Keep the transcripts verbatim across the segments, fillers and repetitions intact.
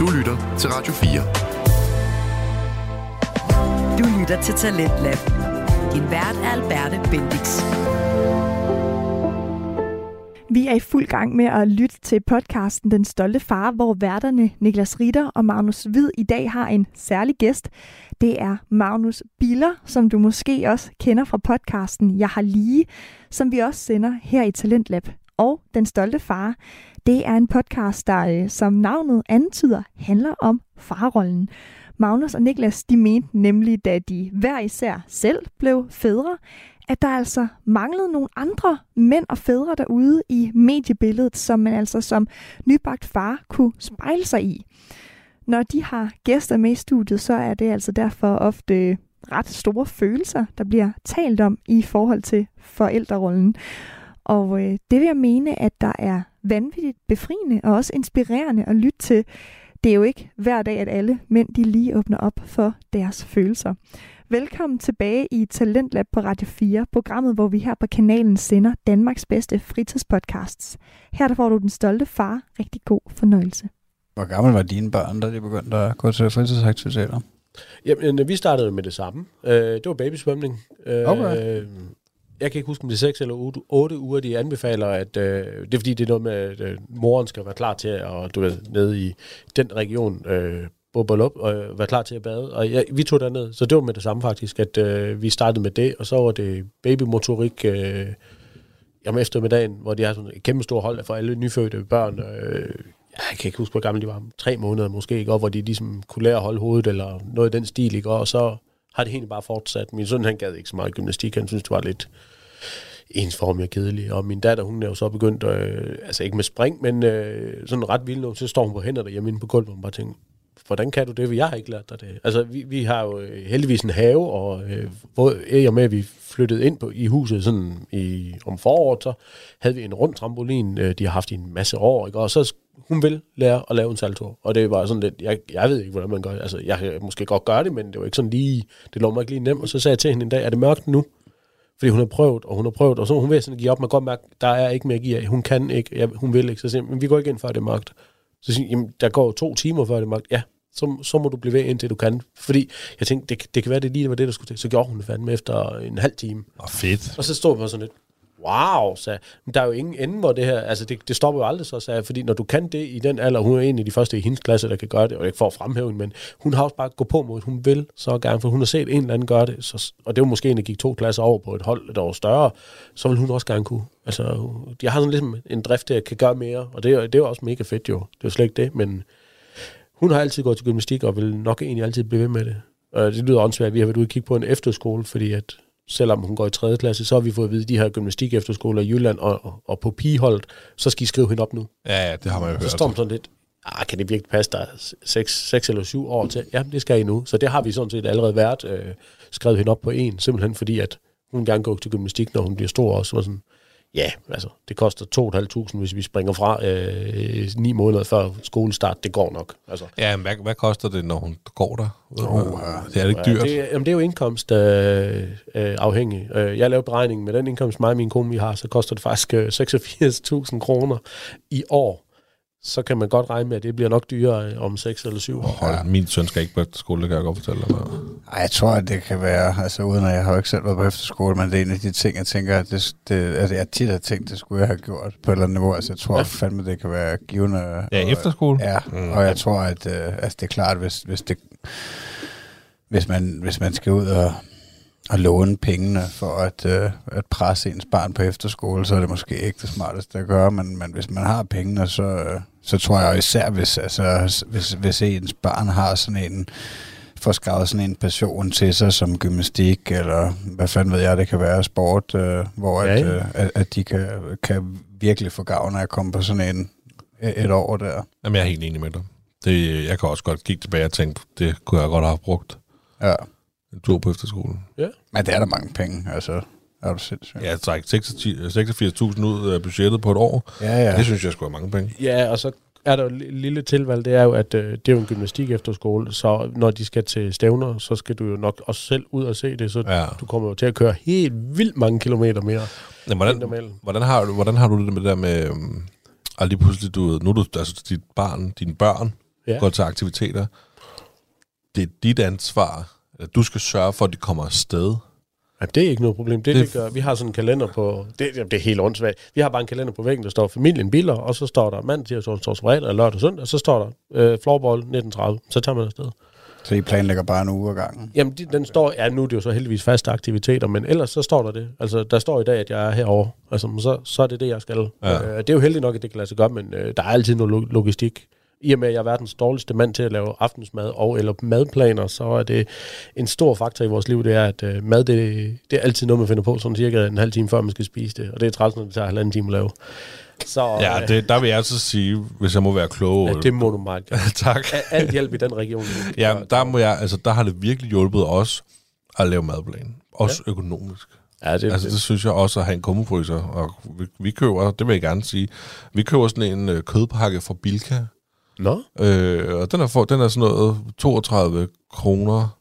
Du lytter til Radio fire. Du lytter til Talentlab. Din vært er Alberte Bendix. Vi er i fuld gang med at lytte til podcasten Den Stolte Far, hvor værterne Niklas Ritter og Magnus Hvid i dag har en særlig gæst. Det er Magnus Biller, som du måske også kender fra podcasten Jeg har lige, som vi også sender her i Talentlab. Og Den Stolte Far, det er en podcast, der som navnet antyder, handler om farrollen. Magnus og Niklas, de mente nemlig, da de hver især selv blev fædre, at der altså manglede nogle andre mænd og fædre derude i mediebilledet, som man altså som nybagt far kunne spejle sig i. Når de har gæster med i studiet, så er det altså derfor ofte ret store følelser, der bliver talt om i forhold til forældrerollen. Og øh, det vil jeg mene, at der er vanvittigt befriende og også inspirerende at lytte til. Det er jo ikke hver dag, at alle mænd de lige åbner op for deres følelser. Velkommen tilbage i Talentlab på Radio fire, programmet, hvor vi her på kanalen sender Danmarks bedste fritidspodcasts. Her der får du Den Stolte Far. Rigtig god fornøjelse. Hvor gammel var dine børn, da de begyndte at gå til fritidsaktiviteter? Jamen, vi startede med det samme. Det var babysvømning. Okay. Jeg kan ikke huske, om det er seks eller otte, otte uger, de anbefaler, at øh, det er fordi, det er noget med, at øh, moren skal være klar til at, du ved, nede i den region, øh, bubble op, og øh, være klar til at bade. Og ja, vi tog derned, så det var med det samme faktisk, at øh, vi startede med det, og så var det babymotorik øh, om eftermiddagen, hvor de har sådan et kæmpe stort hold for alle nyfødte børn. Øh, jeg kan ikke huske, hvor gamle de var, tre måneder måske, ikke? Og hvor de ligesom kunne lære at holde hovedet, eller noget i den stil, ikke? Og så har det egentlig bare fortsat. Min søn, han gad ikke så meget gymnastik, han synes, det var lidt ensformig og kedelig. Og min datter, hun er jo så begyndt, øh, altså ikke med spring, men øh, sådan ret vild nu, så står hun på hænder derhjemme inde på gulvet, og bare tænker, hvordan kan du det? Jeg har ikke lært dig det. Altså, vi, vi har jo heldigvis en have, og øh, hvor jeg med, at vi flyttede ind på, i huset sådan i, om foråret, så havde vi en rund trampolin, øh, de har haft i en masse år, ikke? Og så hun vil lære at lave en salto, og det var sådan lidt, jeg, jeg ved ikke, hvordan man gør det. Altså, jeg kan måske godt gøre det, men det var ikke sådan lige, det lå mig ikke lige nemt, og så sagde jeg til hende en dag, er det mørkt nu? Fordi hun har prøvet, og hun har prøvet, og så hun vil sådan give op, man kan godt mærke, der er ikke mere at give af, hun kan ikke, ja, hun vil ikke, så siger men vi går ikke ind, før det er mørkt. Så siger jamen, der går to timer, før det er mørkt, ja, så, så må du blive ved, indtil du kan. Fordi jeg tænkte, det, det kan være, det lige var det, der skulle til. Så gjorde hun det fandme efter en halv time. Åh, fedt. Og så stod man sådan lidt, wow, så men der er jo ingen ende, hvor det her, altså det, det stopper jo aldrig så, sagde jeg, fordi når du kan det i den alder, hun er en af de første i hendes klasse, der kan gøre det, og ikke for at fremhæve hende, men hun har også bare gået på mod, hun vil så gerne, for hun har set en eller anden gøre det, så, og det var måske en, der gik to klasser over på et hold, der var større, så vil hun også gerne kunne. Altså, jeg har sådan ligesom en drift, der kan gøre mere, og det, det er jo også mega fedt jo, det er jo slet ikke det, men hun har altid gået til gymnastik, og vil nok egentlig altid blive ved med det. Og det lyder åndssvagt, vi har været ude og kigge på en efterskole, fordi at selvom hun går i tredje klasse, så har vi fået at vide, de her gymnastik efterskoler i Jylland og, og, og på pigeholdet, så skal I skrive hende op nu. Ja, ja, det har man jo hørt. Så står man sådan lidt, ah, kan det virkelig passe, der er seks, seks eller syv år til? Ja, det skal I nu. Så det har vi sådan set allerede været, øh, skrevet hende op på en, simpelthen fordi, at hun gerne går til gymnastik, når hun bliver stor også. Og sådan, ja, altså, det koster to og et halvt tusind, hvis vi springer fra øh, ni måneder før skolestart. Det går nok. Altså. Ja, men hvad, hvad koster det, når hun går der? Oh, det er ikke dyrt. Ja, det, jamen, det er jo indkomst øh, øh, afhængig. Jeg lavede beregningen med den indkomst, mig og min kone vi har, så koster det faktisk øh, seksogfirs tusind kroner i år. Så kan man godt regne med, at det bliver nok dyrere om seks eller syv år. Hold, min søn skal ikke på skole, det kan jeg godt fortælle dig. Ej, jeg tror, at det kan være, altså uden at jeg har jo ikke selv været på efterskole, men det er en af de ting, jeg tænker, at det, det, altså, jeg tit har tænkt, det skulle jeg have gjort på et eller andet niveau. Altså jeg tror ja. fandme, det kan være givende. Ja, og, efterskole? Ja, mm. og jeg tror, at øh, altså, det er klart, hvis, hvis, det, hvis, man, hvis man skal ud og at låne pengene for at, øh, at presse ens barn på efterskole, så er det måske ikke det smarteste at gøre, men, men hvis man har pengene, så, øh, så tror jeg især, hvis, altså, hvis, hvis ens barn har sådan en, får skrevet sådan en passion til sig som gymnastik, eller hvad fanden ved jeg, det kan være sport, øh, hvor ja, at, ja. øh, at, at de kan, kan virkelig få gavn af at komme på sådan en et år der. Jamen, jeg er helt enig med dig. Det, jeg kan også godt kigge tilbage og tænke, det kunne jeg godt have brugt. Ja. En tur på efterskolen. Ja. Men det er der mange penge, altså. Er du sindssygt? Ja, jeg trækker seksogfirs tusind ud af budgettet på et år. Ja, ja. Det synes jeg skulle have mange penge. Ja, og så er der jo et lille tilvalg, det er jo, at øh, det er jo en gymnastik efterskole, så når de skal til stævner, så skal du jo nok også selv ud og se det, så ja. du kommer jo til at køre helt vildt mange kilometer mere. Ja, hvordan, hvordan, har du, hvordan har du det med det der med, um, lige pludselig, du, nu er du, altså dit barn, dine børn, ja. går til aktiviteter. Det er dit ansvar. Du skal sørge for, at de kommer afsted. Ja, det er ikke noget problem. Det, det, det gør. Vi har sådan en kalender på... Det, det er helt åndssvagt. Vi har bare en kalender på væggen, der står familien Biller, og så står der mandag, tirsdag, onsdag, fredag, lørdag og søndag, og så står der øh, floorball nitten tredive. Så tager man afsted. Så I planlægger bare en uge ad gangen? Jamen, de, den står... Ja, nu er det jo så heldigvis faste aktiviteter, men ellers så står der det. Altså, der står i dag, at jeg er herovre. Altså, så, så er det det, jeg skal. Ja. Øh, det er jo heldigt nok, at det kan lade sig gøre, men øh, der er altid noget logistik. I og med, at jeg er verdens dårligste mand til at lave aftensmad og eller madplaner, så er det en stor faktor i vores liv, det er, at øh, mad, det, det er altid noget, man finder på, sådan cirka en halv time før, man skal spise det. Og det er træls, når det tager halvanden time at lave. Så, ja, det, der vil jeg altså sige, hvis jeg må være klog. Ja, det må du meget gerne. Tak. Alt hjælp i den region. Ja, der, må jeg, altså, der har det virkelig hjulpet os at lave madplan. Også ja. økonomisk. Ja, det, altså, det. det synes jeg også at have en kummefryser. Og vi, vi køber, det vil jeg gerne sige, vi køber sådan en øh, kødpakke fra Bilka. Nå? Øh, og den er, for, den er sådan noget toogtredive kroner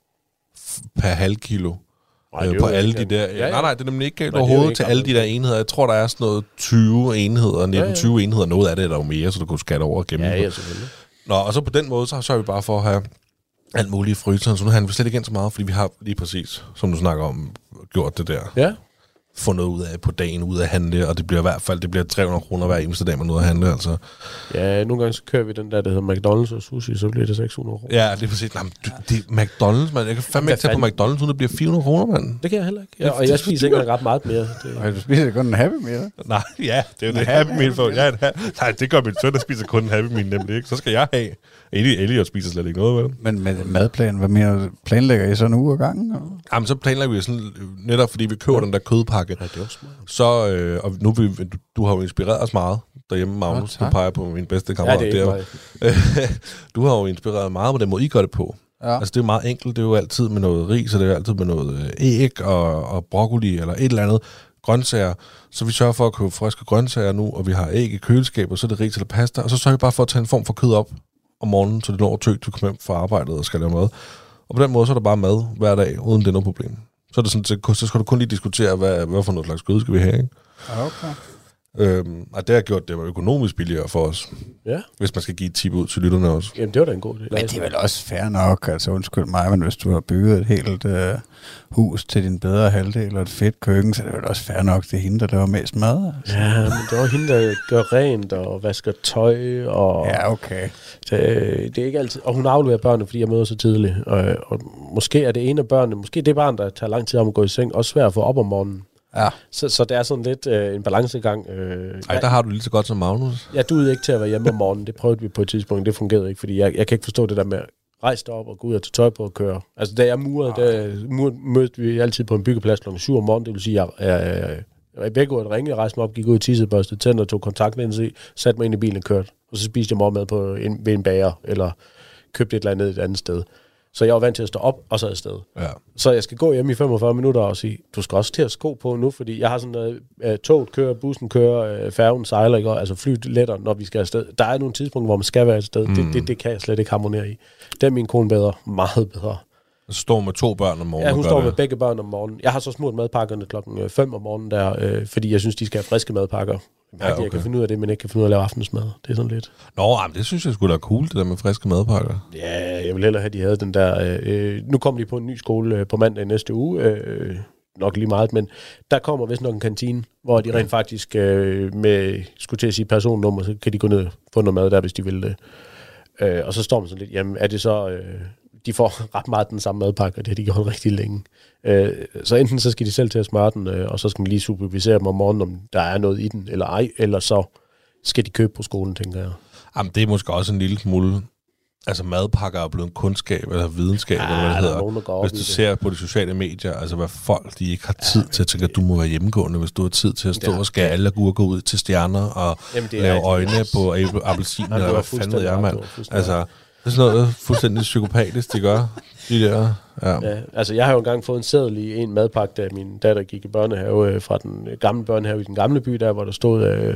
per halv kilo. Ej, øh, på alle de der... Ja, ja. Nej, nej, det er nemlig ikke galt overhovedet til alle de der enheder. Jeg tror, der er sådan noget tyve enheder, nitten tyve ja, ja. enheder. Noget af det er der jo mere, så du kunne skatte over og gemme. Ja, ja, selvfølgelig. Nå, og så på den måde, så sørger vi bare for at have alt muligt i fryseren. Så nu handler vi slet ikke ind så meget, fordi vi har lige præcis, som du snakker om, gjort det der. Ja. Få noget ud af på dagen, ud af handle, og det bliver i hvert fald, det bliver tre hundrede kroner hver eneste dag, man ud at handle, altså. Ja, nogle gange så kører vi den der, der hedder McDonald's og sushi, så bliver det seks hundrede kroner. Ja, det er præcis. Nej, du, det er McDonald's, man. Jeg kan fandme ikke tage på McDonald's, uden det bliver fire hundrede kroner, mand. Det kan jeg heller ikke. Ja, og jeg spiser ikke ret meget mere. Det... Og du spiser kun en Happy Meal? Nej, ja, det er jo det Happy Meal for. Ja, nej, det gør min søn, der spiser kun en Happy Meal, nemlig ikke. Så skal jeg have. Elliot spiser slet ikke noget, vel? Men med madplanen, hvad mere planlægger I så en uge ad gangen? Eller? Jamen, så planlægger vi sådan, netop fordi vi køber ja. den der kødpakke. Ja, det er smart. Så, øh, og nu, vi, du, du har jo inspireret os meget derhjemme, Magnus. Ja, du peger på min bedste kammerat. Ja, det er der. Du har jo inspireret meget med den måde, I gør det på. Ja. Altså, det er meget enkelt. Det er jo altid med noget ris, og det er jo altid med noget æg og, og broccoli eller et eller andet. Grøntsager. Så vi sørger for at købe friske grøntsager nu, og vi har æg i køleskabet, og så er det ris eller pasta. Og så sørger vi bare for at tage en form for kød op om morgenen, så det når tøgt, du kommer hjem fra arbejdet og skal lave mad. Og på den måde, så er der bare mad hver dag, uden det er noget problem. Så, er det sådan, så skal du kun lige diskutere, hvad, hvad for noget slags kød skal vi have, ikke? Okay. Øhm, og det har gjort det var økonomisk billigere for os. Ja. Hvis man skal give et tip ud til lytterne også. Jamen, det var da en god idé. Men det er vel også fair nok, altså undskyld mig, men hvis du har bygget et helt øh, hus til din bedre halvdel og et fedt køkken, så er det vel også fair nok, det er hende, der laver mest mad. Altså. Ja, men det var hende, der gør rent og vasker tøj. Og ja, okay. Det, det er ikke altid, og hun afleverer børnene, fordi jeg møder så tidligt. Og, og måske er det ene af børnene, måske det barn, der tager lang tid om at gå i seng, også svært at få op om morgenen. Ja. Så, så det er sådan lidt øh, en balancegang. Øh, Ej, der har du lige så godt som Magnus. Jeg duede ikke til at være hjemme om morgenen. Det prøvede vi på et tidspunkt. Det fungerede ikke, fordi jeg, jeg kan ikke forstå det der med at rejse dig op og gå ud og tage tøj på og køre. Altså, da jeg murede, der mur, mødte vi altid på en byggeplads klokken syv om morgenen. Det vil sige, at jeg, jeg, jeg, jeg var begge at ringe, jeg rejste mig op, gik ud i tissede, børste tænder, tog kontaktlinse, satte mig ind i bilen og kørte. Og så spiste jeg morgenmad på en, ved en bager, eller købte et eller andet et andet sted. Så jeg var vant til at stå op, og så afsted. Ja. Så jeg skal gå hjem i femogfyrre minutter og sige, du skal også til at sko på nu, fordi jeg har sådan noget, uh, toget kører, bussen kører, uh, færgen sejler, ikke? Altså flyet letter, når vi skal afsted. Der er nogle tidspunkter, hvor man skal være afsted. Mm. Det, det, det kan jeg slet ikke harmonere i. Det er min kone bedre, meget bedre. Så står med to børn om morgenen? Ja, hun står det. med begge børn om morgenen. Jeg har så smurt madpakkerne klokken fem om morgenen der, øh, fordi jeg synes, de skal have friske madpakker. Jeg, ja, okay. jeg kan finde ud af det, men ikke kan finde ud af at lave aftensmad. Det er sådan lidt. Nå, men det synes jeg skulle da cool, det der med friske madpakker. Ja, jeg vil hellere have, at de havde den der... Øh, nu kommer de på en ny skole øh, på mandag næste uge. Øh, nok lige meget, men der kommer vist nok en kantine, hvor de rent faktisk øh, med, skulle til at sige personnummer, så kan de gå ned og få noget mad der, hvis de vil det. Øh, og så står man sådan lidt, jamen er det så... Øh, de får ret meget den samme madpakke, og det har de gjort rigtig længe. Øh, så enten så skal de selv til at smøre den, øh, og så skal man lige supervisere dem om morgenen, om der er noget i den, eller ej, eller så skal de købe på skolen, tænker jeg. Jamen, det er måske også en lille smule... Altså, madpakker er blevet en kundskab, eller videnskab, ja, eller hvad det hedder. Nogen, hvis du ser på de sociale medier, altså hvad folk, de ikke har tid ja, til, at tænke, at du må være hjemmegående, hvis du har tid til at stå ja, og skære alle agurker ud til stjerner, og lave øjne på appelsiner, eller hvad fanden ved jeg, mand. Altså... Det er sådan noget fuldstændig psykopatisk, de gør. De der, ja. Ja, altså jeg har jo engang fået en seddel i en madpakke, da min datter gik i børnehave øh, fra den gamle børnehave i den gamle by, der hvor der stod, øh,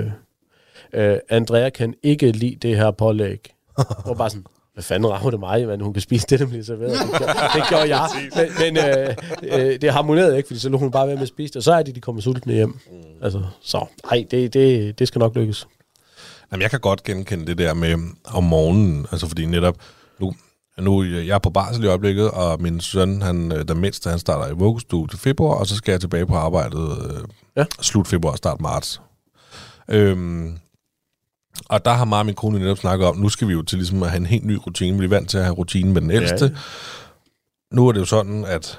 øh, Andrea kan ikke lide det her pålæg. Og bare sådan, hvad fanden rammer det mig, men hun kan spise det, der bliver serveret. Det gjorde, det gjorde jeg. Men, men øh, øh, det harmonerede ikke, fordi så lå hun bare ved med at spise det, og så er de, de kommer sultne hjem. Mm. Altså, så nej, det, det, det skal nok lykkes. Jamen, jeg kan godt genkende det der med om morgenen, altså fordi netop, nu, nu jeg er på barsel i øjeblikket, og min søn, han, den mindste, han starter i vuggestue til februar, og så skal jeg tilbage på arbejdet øh, ja. slut februar, start marts. Øhm, og der har mig og min kone netop snakket om, nu skal vi jo til ligesom at have en helt ny rutine, vi er vant til at have rutinen med den ældste. Ja. Nu er det jo sådan, at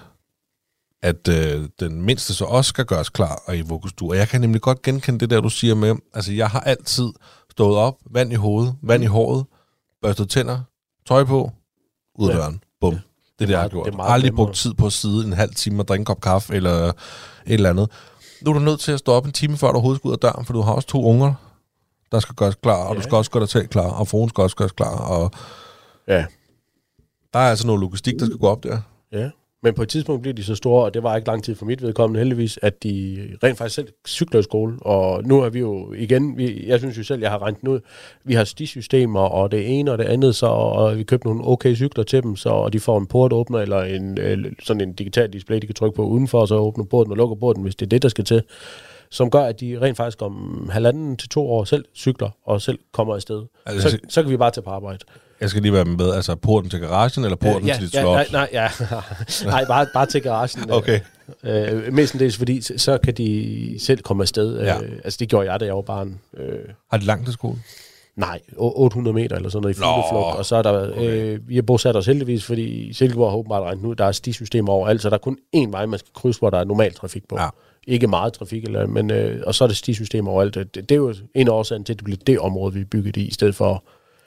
at øh, den mindste så også skal gøres klar og i vuggestue. Og jeg kan nemlig godt genkende det der, du siger med, altså jeg har altid stået op, vand i hovedet, vand i håret, børstet tænder, tøj på, ud af ja. døren. Bum. Ja. Det, det, det jeg har gjort. Jeg har aldrig brugt tid på at sidde en halv time og drikke en kop kaffe eller et eller andet. Nu er du nødt til at stå op en time før du overhovedet skal ud af døren, for du har også to unger, der skal gøres klar, og ja. du skal også gøre dig selv klar, og fruen skal også gøres klar. Og ja. Der er altså noget logistik, der skal gå op der. Ja. Men på et tidspunkt bliver de så store, og det var ikke lang tid for mit vedkommende heldigvis, at de rent faktisk selv cykler i skole. Og nu er vi jo igen, vi, jeg synes jo selv, jeg har regnet ud, vi har stisystemer, og det ene og det andet, så, og vi købte nogle okay cykler til dem, så og de får en portåbner eller en, sådan en digital display, de kan trykke på udenfor, og så åbner porten og lukker porten, hvis det er det, der skal til. Som gør, at de rent faktisk om halvanden til to år selv cykler, og selv kommer afsted. Altså, så, så kan vi bare tage på arbejde. Jeg skal lige være med, altså porten til garagen, eller porten ja, til dit ja, slot? Nej, nej, ja. nej bare, bare til garagen. Okay. Øh, mestendels, fordi så kan de selv komme afsted. Ja. Øh, altså, det gjorde jeg, da jeg var barn. Øh, har de langt til skole? Nej, otte hundrede meter eller sådan noget i fugleflugt. Og så er der, okay. øh, vi har bosat os heldigvis, fordi Silkeborg har åbenbart regnet nu, der er stisystemer overalt, så der er kun én vej, man skal krydse, hvor der er normal trafik på. Ja. Ikke meget trafik, eller, men, øh, og så er det stisystemer overalt. Det, det er jo en årsag til, at det bliver det område, vi er bygget i, i stedet for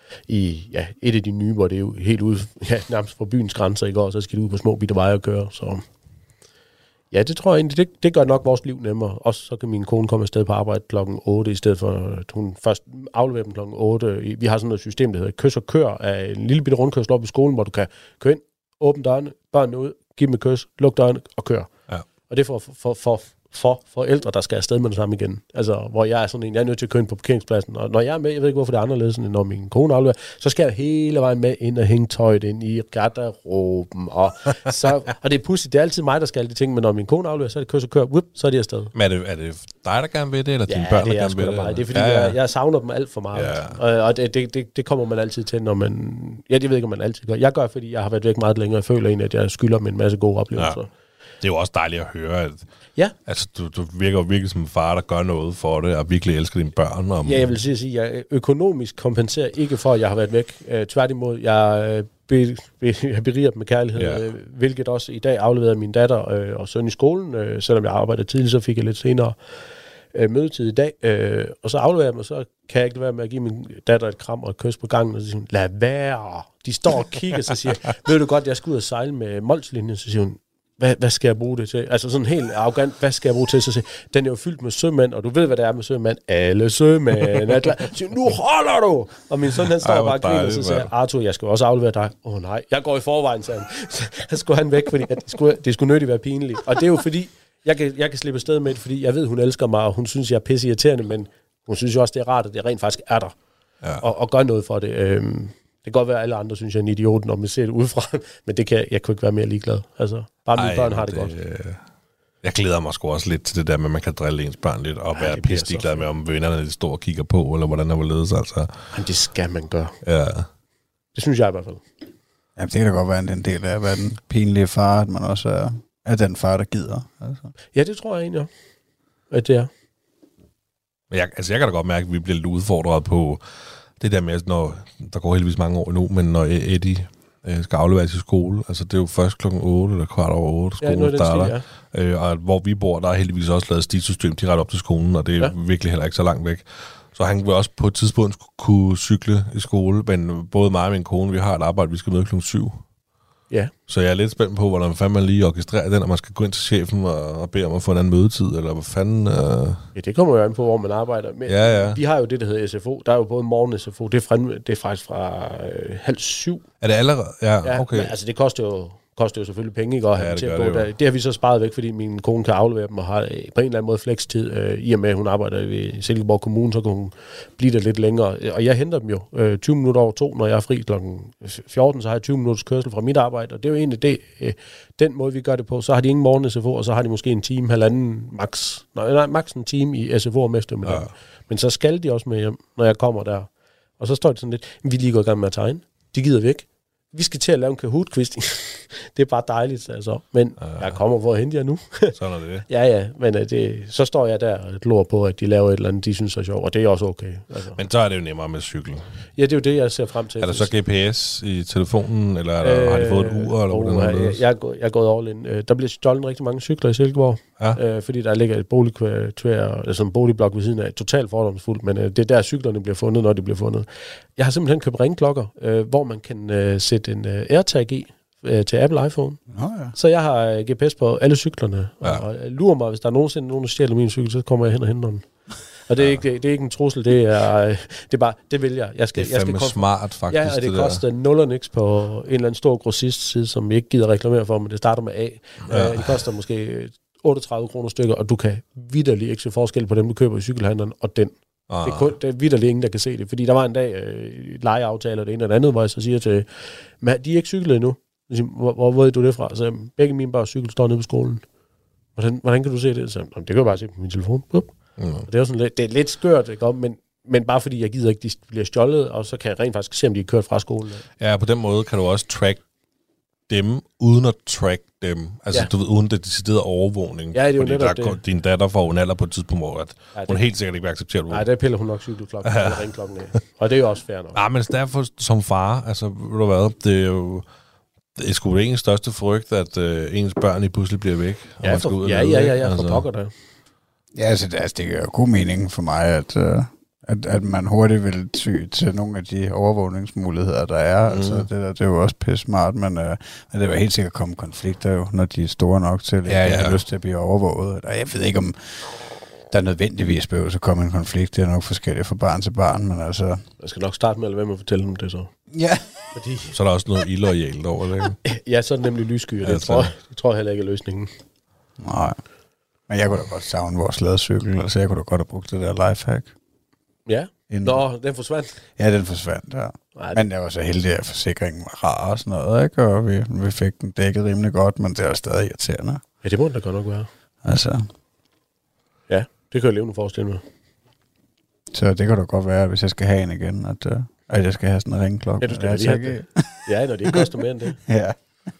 i ja, et af de nye, hvor det er jo helt ude, ja, nærmest fra byens grænser, ikke? Og så skal det ud på små bitte veje og køre. Så ja, det tror jeg egentlig, det, det gør nok vores liv nemmere. Også så kan min kone komme afsted på arbejde klokken otte, i stedet for, at hun først afleverer dem klokken otte. Vi har sådan et system, der hedder kys og kør, af en lille bitte rundkørsel op i skolen, hvor du kan køre ind, åbne dørene, børnene ud, give dem et kys, lukke dørene og køre. Ja. Og det er for, for, for for forældre, der skal afsted med det samme igen. Altså, hvor jeg er sådan en, jeg er nødt til at køre ind på parkeringspladsen, og når jeg er med, jeg ved ikke, hvorfor det er anderledes, end når min kone afleverer, så skal jeg hele vejen med ind og hænge tøjet ind i garderoben, og, så, og det er pudsigt, det er altid mig, der skal alle de ting, men når min kone afleverer, så er det kys og kør, whoop, så er de afsted. Men er det, er det dig, der gerne vil det, eller ja, dine børn, der gerne vil det? Ja, det er fordi, ja, ja. Jeg, jeg savner dem alt for meget, ja. og, og det, det, det, det kommer man altid til, når man, ja, det ved ikke, om man altid gør. Jeg gør, fordi jeg har været væk meget længere, og føler egentlig, at jeg skylder med en masse gode oplevelser. Ja. Det er jo også dejligt at høre, at ja. altså, du, du virker jo virkelig som en far, der gør noget for det, og virkelig elsker dine børn. Om... Ja, jeg vil sige, at jeg økonomisk kompenserer ikke for, at jeg har været væk. Uh, tværtimod, jeg be, be, beriger dem med kærlighed, ja. uh, hvilket også i dag afleverede min datter uh, og søn i skolen. Uh, selvom jeg arbejder tidligt, så fik jeg lidt senere uh, mødetid i dag. Uh, og så afleverer jeg dem, og så kan jeg ikke være med at give min datter et kram og et kys på gangen, og så siger hun, lad være. De står og kigger, så siger jeg, ved du godt, jeg skal ud og sejle med Molslinjen, så siger hun, Hvad, hvad skal jeg bruge det til? Altså sådan helt arrogant, hvad skal jeg bruge til? Så siger, den er jo fyldt med sømænd, og du ved, hvad det er med sømænd. Alle sømænd er klar. Så siger, nu holder du! Og min søn, han står Ej, bare og griner, og så siger Arthur, jeg skal også aflevere dig. Åh oh, nej, jeg går i forvejen, sagde han. Så skulle han væk, fordi det skulle, det skulle nødigt være pinligt. Og det er jo fordi, jeg kan, jeg kan slippe afsted med det, fordi jeg ved, hun elsker mig, og hun synes, jeg er pisse irriterende, men hun synes jo også, det er rart, at det rent faktisk er der. Ja. Og, og gør noget for det. Øhm, Det kan godt være, at alle andre synes, jeg er en idiot, når man ser det udefra, men det kan, jeg kunne ikke være mere ligeglad. Altså, bare mine Ej, børn har det, det godt. Øh, jeg glæder mig sgu også lidt til det der med, at man kan drille ens børn lidt, og Ej, være pisse ligeglad med, om vennerne de står og kigger på, eller hvordan der var ledes. Altså. Jamen, det skal man gøre. Ja. Det synes jeg i hvert fald. Ja, det kan da godt være en del af at være den pinlige far, at man også er, er den far, der gider. Altså. Ja, det tror jeg egentlig, at det er. Men jeg, altså, jeg kan da godt mærke, at vi bliver lidt udfordret på det der med, når der går heldigvis mange år endnu, men når Eddie øh, skal afleveres i skole, altså det er jo først klokken otte eller kvart over otte, skolen ja, starter. Stil, ja. øh, og hvor vi bor, der er heldigvis også lavet stilsystem direkte op til skolen, og det er ja. virkelig heller ikke så langt væk. Så han vil også på et tidspunkt kunne cykle i skole, men både mig og min kone, vi har et arbejde, vi skal møde klokken syv. Ja. Så jeg er lidt spændt på, hvordan fanden man lige orkestrerer den, og man skal gå ind til chefen og, og bede om at få en anden mødetid, eller hvad fanden... Øh... Ja, det kommer jo an på, hvor man arbejder. Men ja, ja. Vi har jo det, der hedder S F O. Der er jo både morgen-S F O, det er, frem, det er faktisk fra øh, halv syv. Er det allerede? Ja, okay. Ja, men, altså det koster jo... koster jo selvfølgelig penge, ikke, at have ja, til at gå der. Det har vi så sparet væk, fordi min kone kan aflevere dem og har på en eller anden måde flekstid. Øh, I og med, at hun arbejder i Silkeborg Kommune, så kan hun blive der lidt længere. Og jeg henter dem jo øh, tyve minutter over to, når jeg er fri klokken fjorten, så har jeg tyve minutters kørsel fra mit arbejde. Og det er jo egentlig det, øh, den måde, vi gør det på. Så har de ingen morgen-S F O, og så har de måske en time, halvanden max. Nej, nej max en time i S F O om eftermiddagen. Ja. Men så skal de også med hjem, når jeg kommer der. Og så står det sådan lidt, vi er lige gået i gang med at tegne. De gider vi ikke. Vi skal til at lave en Kahoot-quiz. Det er bare dejligt, altså. Men ja. jeg kommer for at hente jer nu. Sådan er det. Ja, ja, men uh, det, så står jeg der og glor på, at de laver et eller andet, de synes er sjovt, og det er også okay. Altså. Men så er det jo nemmere med cykel. Ja, det er jo det, jeg ser frem til. Er der så G P S i telefonen, eller er der, øh, har de fået et ur? Eller uh, jeg, jeg, jeg, er gået, jeg er gået all in. Uh, der bliver stjålet rigtig mange cykler i Silkeborg, ja. uh, fordi der ligger et boligkvarter, altså en boligblok ved siden af, totalt fordomsfuldt, men uh, det er der, cyklerne bliver fundet, når de bliver fundet. Jeg har simpelthen købt ringklokker, uh, hvor man kan uh, sætte en uh, AirTag i, til Apple iPhone. Oh, ja. Så jeg har G P S på alle cyklerne. Ja. Og lurer mig, hvis der er nogensinde nogen, der stjæler min cykel, så kommer jeg hen og henter den. Og det er, ja. ikke, det, det er ikke en trussel, det er, det er bare, det vil jeg. jeg skal, det er fandme jeg skal smart, faktisk. Ja, og det, det koster nul og niks på en eller anden stor grossist-side, som vi ikke gider reklamere for, men det starter med A. Ja. Uh, det koster måske otteogtredive kroner stykker, og du kan vitterligt ikke se forskel på dem, du køber i cykelhandleren, og den. Ah. Det er, kun, det er vitterligt ingen, der kan se det. Fordi der var en dag øh, lejeaftaler, det ene eller andet, hvor jeg så siger til, men de er ikke cyklet endnu. Hvor, hvor ved du det fra? Så begge mine børns cykel står nede på skolen. Hvordan, hvordan kan du se det? Så, det kan jeg bare se på min telefon. Mm. Det er jo sådan lidt, det er lidt skørt, ikke? Men, men bare fordi jeg gider ikke, de bliver stjålet, og så kan jeg rent faktisk se, om de er kørt fra skolen. Ja, på den måde kan du også track dem, uden at track dem. Altså, ja. Du ved, uden det deciderede overvågning. Ja, det er jo fordi netop der, det. Din datter får en alder på et tidspunkt, hvor at ja, hun helt sikkert ikke vil acceptere det. Nej, der piller hun nok cykelklokken eller ringklokken af. Og det er jo også fair nok. Ja, men derfor som far, altså, ved du hvad, det er jo... Det er sgu det ens største frygt, at øh, ens børn i pludselig bliver væk. Ja, for, ud ja, ja, ja, ja, for pokker det. Ja, altså, det, altså, det er jo god mening for mig, at, øh, at, at man hurtigt vil ty til nogle af de overvågningsmuligheder, der er. Mm. Altså, det, der, det er jo også pisse smart, men, øh, men det vil helt sikkert komme konflikter jo, når de er store nok til, at ja, ja. har lyst til at blive overvåget. Og jeg ved ikke, om der nødvendigvis behøver at komme en konflikt. Det er nok forskelligt fra barn til barn, men altså... Jeg skal nok starte med at lade være med at fortælle dem det så. Ja. Fordi... Så er der også noget illoyalt over det. Ja, så er det nemlig lysskyer. Det, altså. tror, det tror jeg heller ikke er løsningen. Nej. Men jeg kunne da godt savne vores ladecykel, altså jeg kunne da godt have brugt det der lifehack. Ja? Inden... Nå, den forsvandt? Ja, den forsvandt, ja. Nej, men jeg var så heldig, at forsikringen var rar og sådan noget, ikke? Og vi, vi fik den dækket rimelig godt, men det er stadig irriterende. Ja, det må den da godt nok være. Altså... Ja, det kan jeg levende forestille mig. Så det kan da godt være, hvis jeg skal have en igen, at, uh, at jeg skal have sådan en ringklokke. Ja, du skal lige have det. Ja, når det ikke koster mere end det. Ja.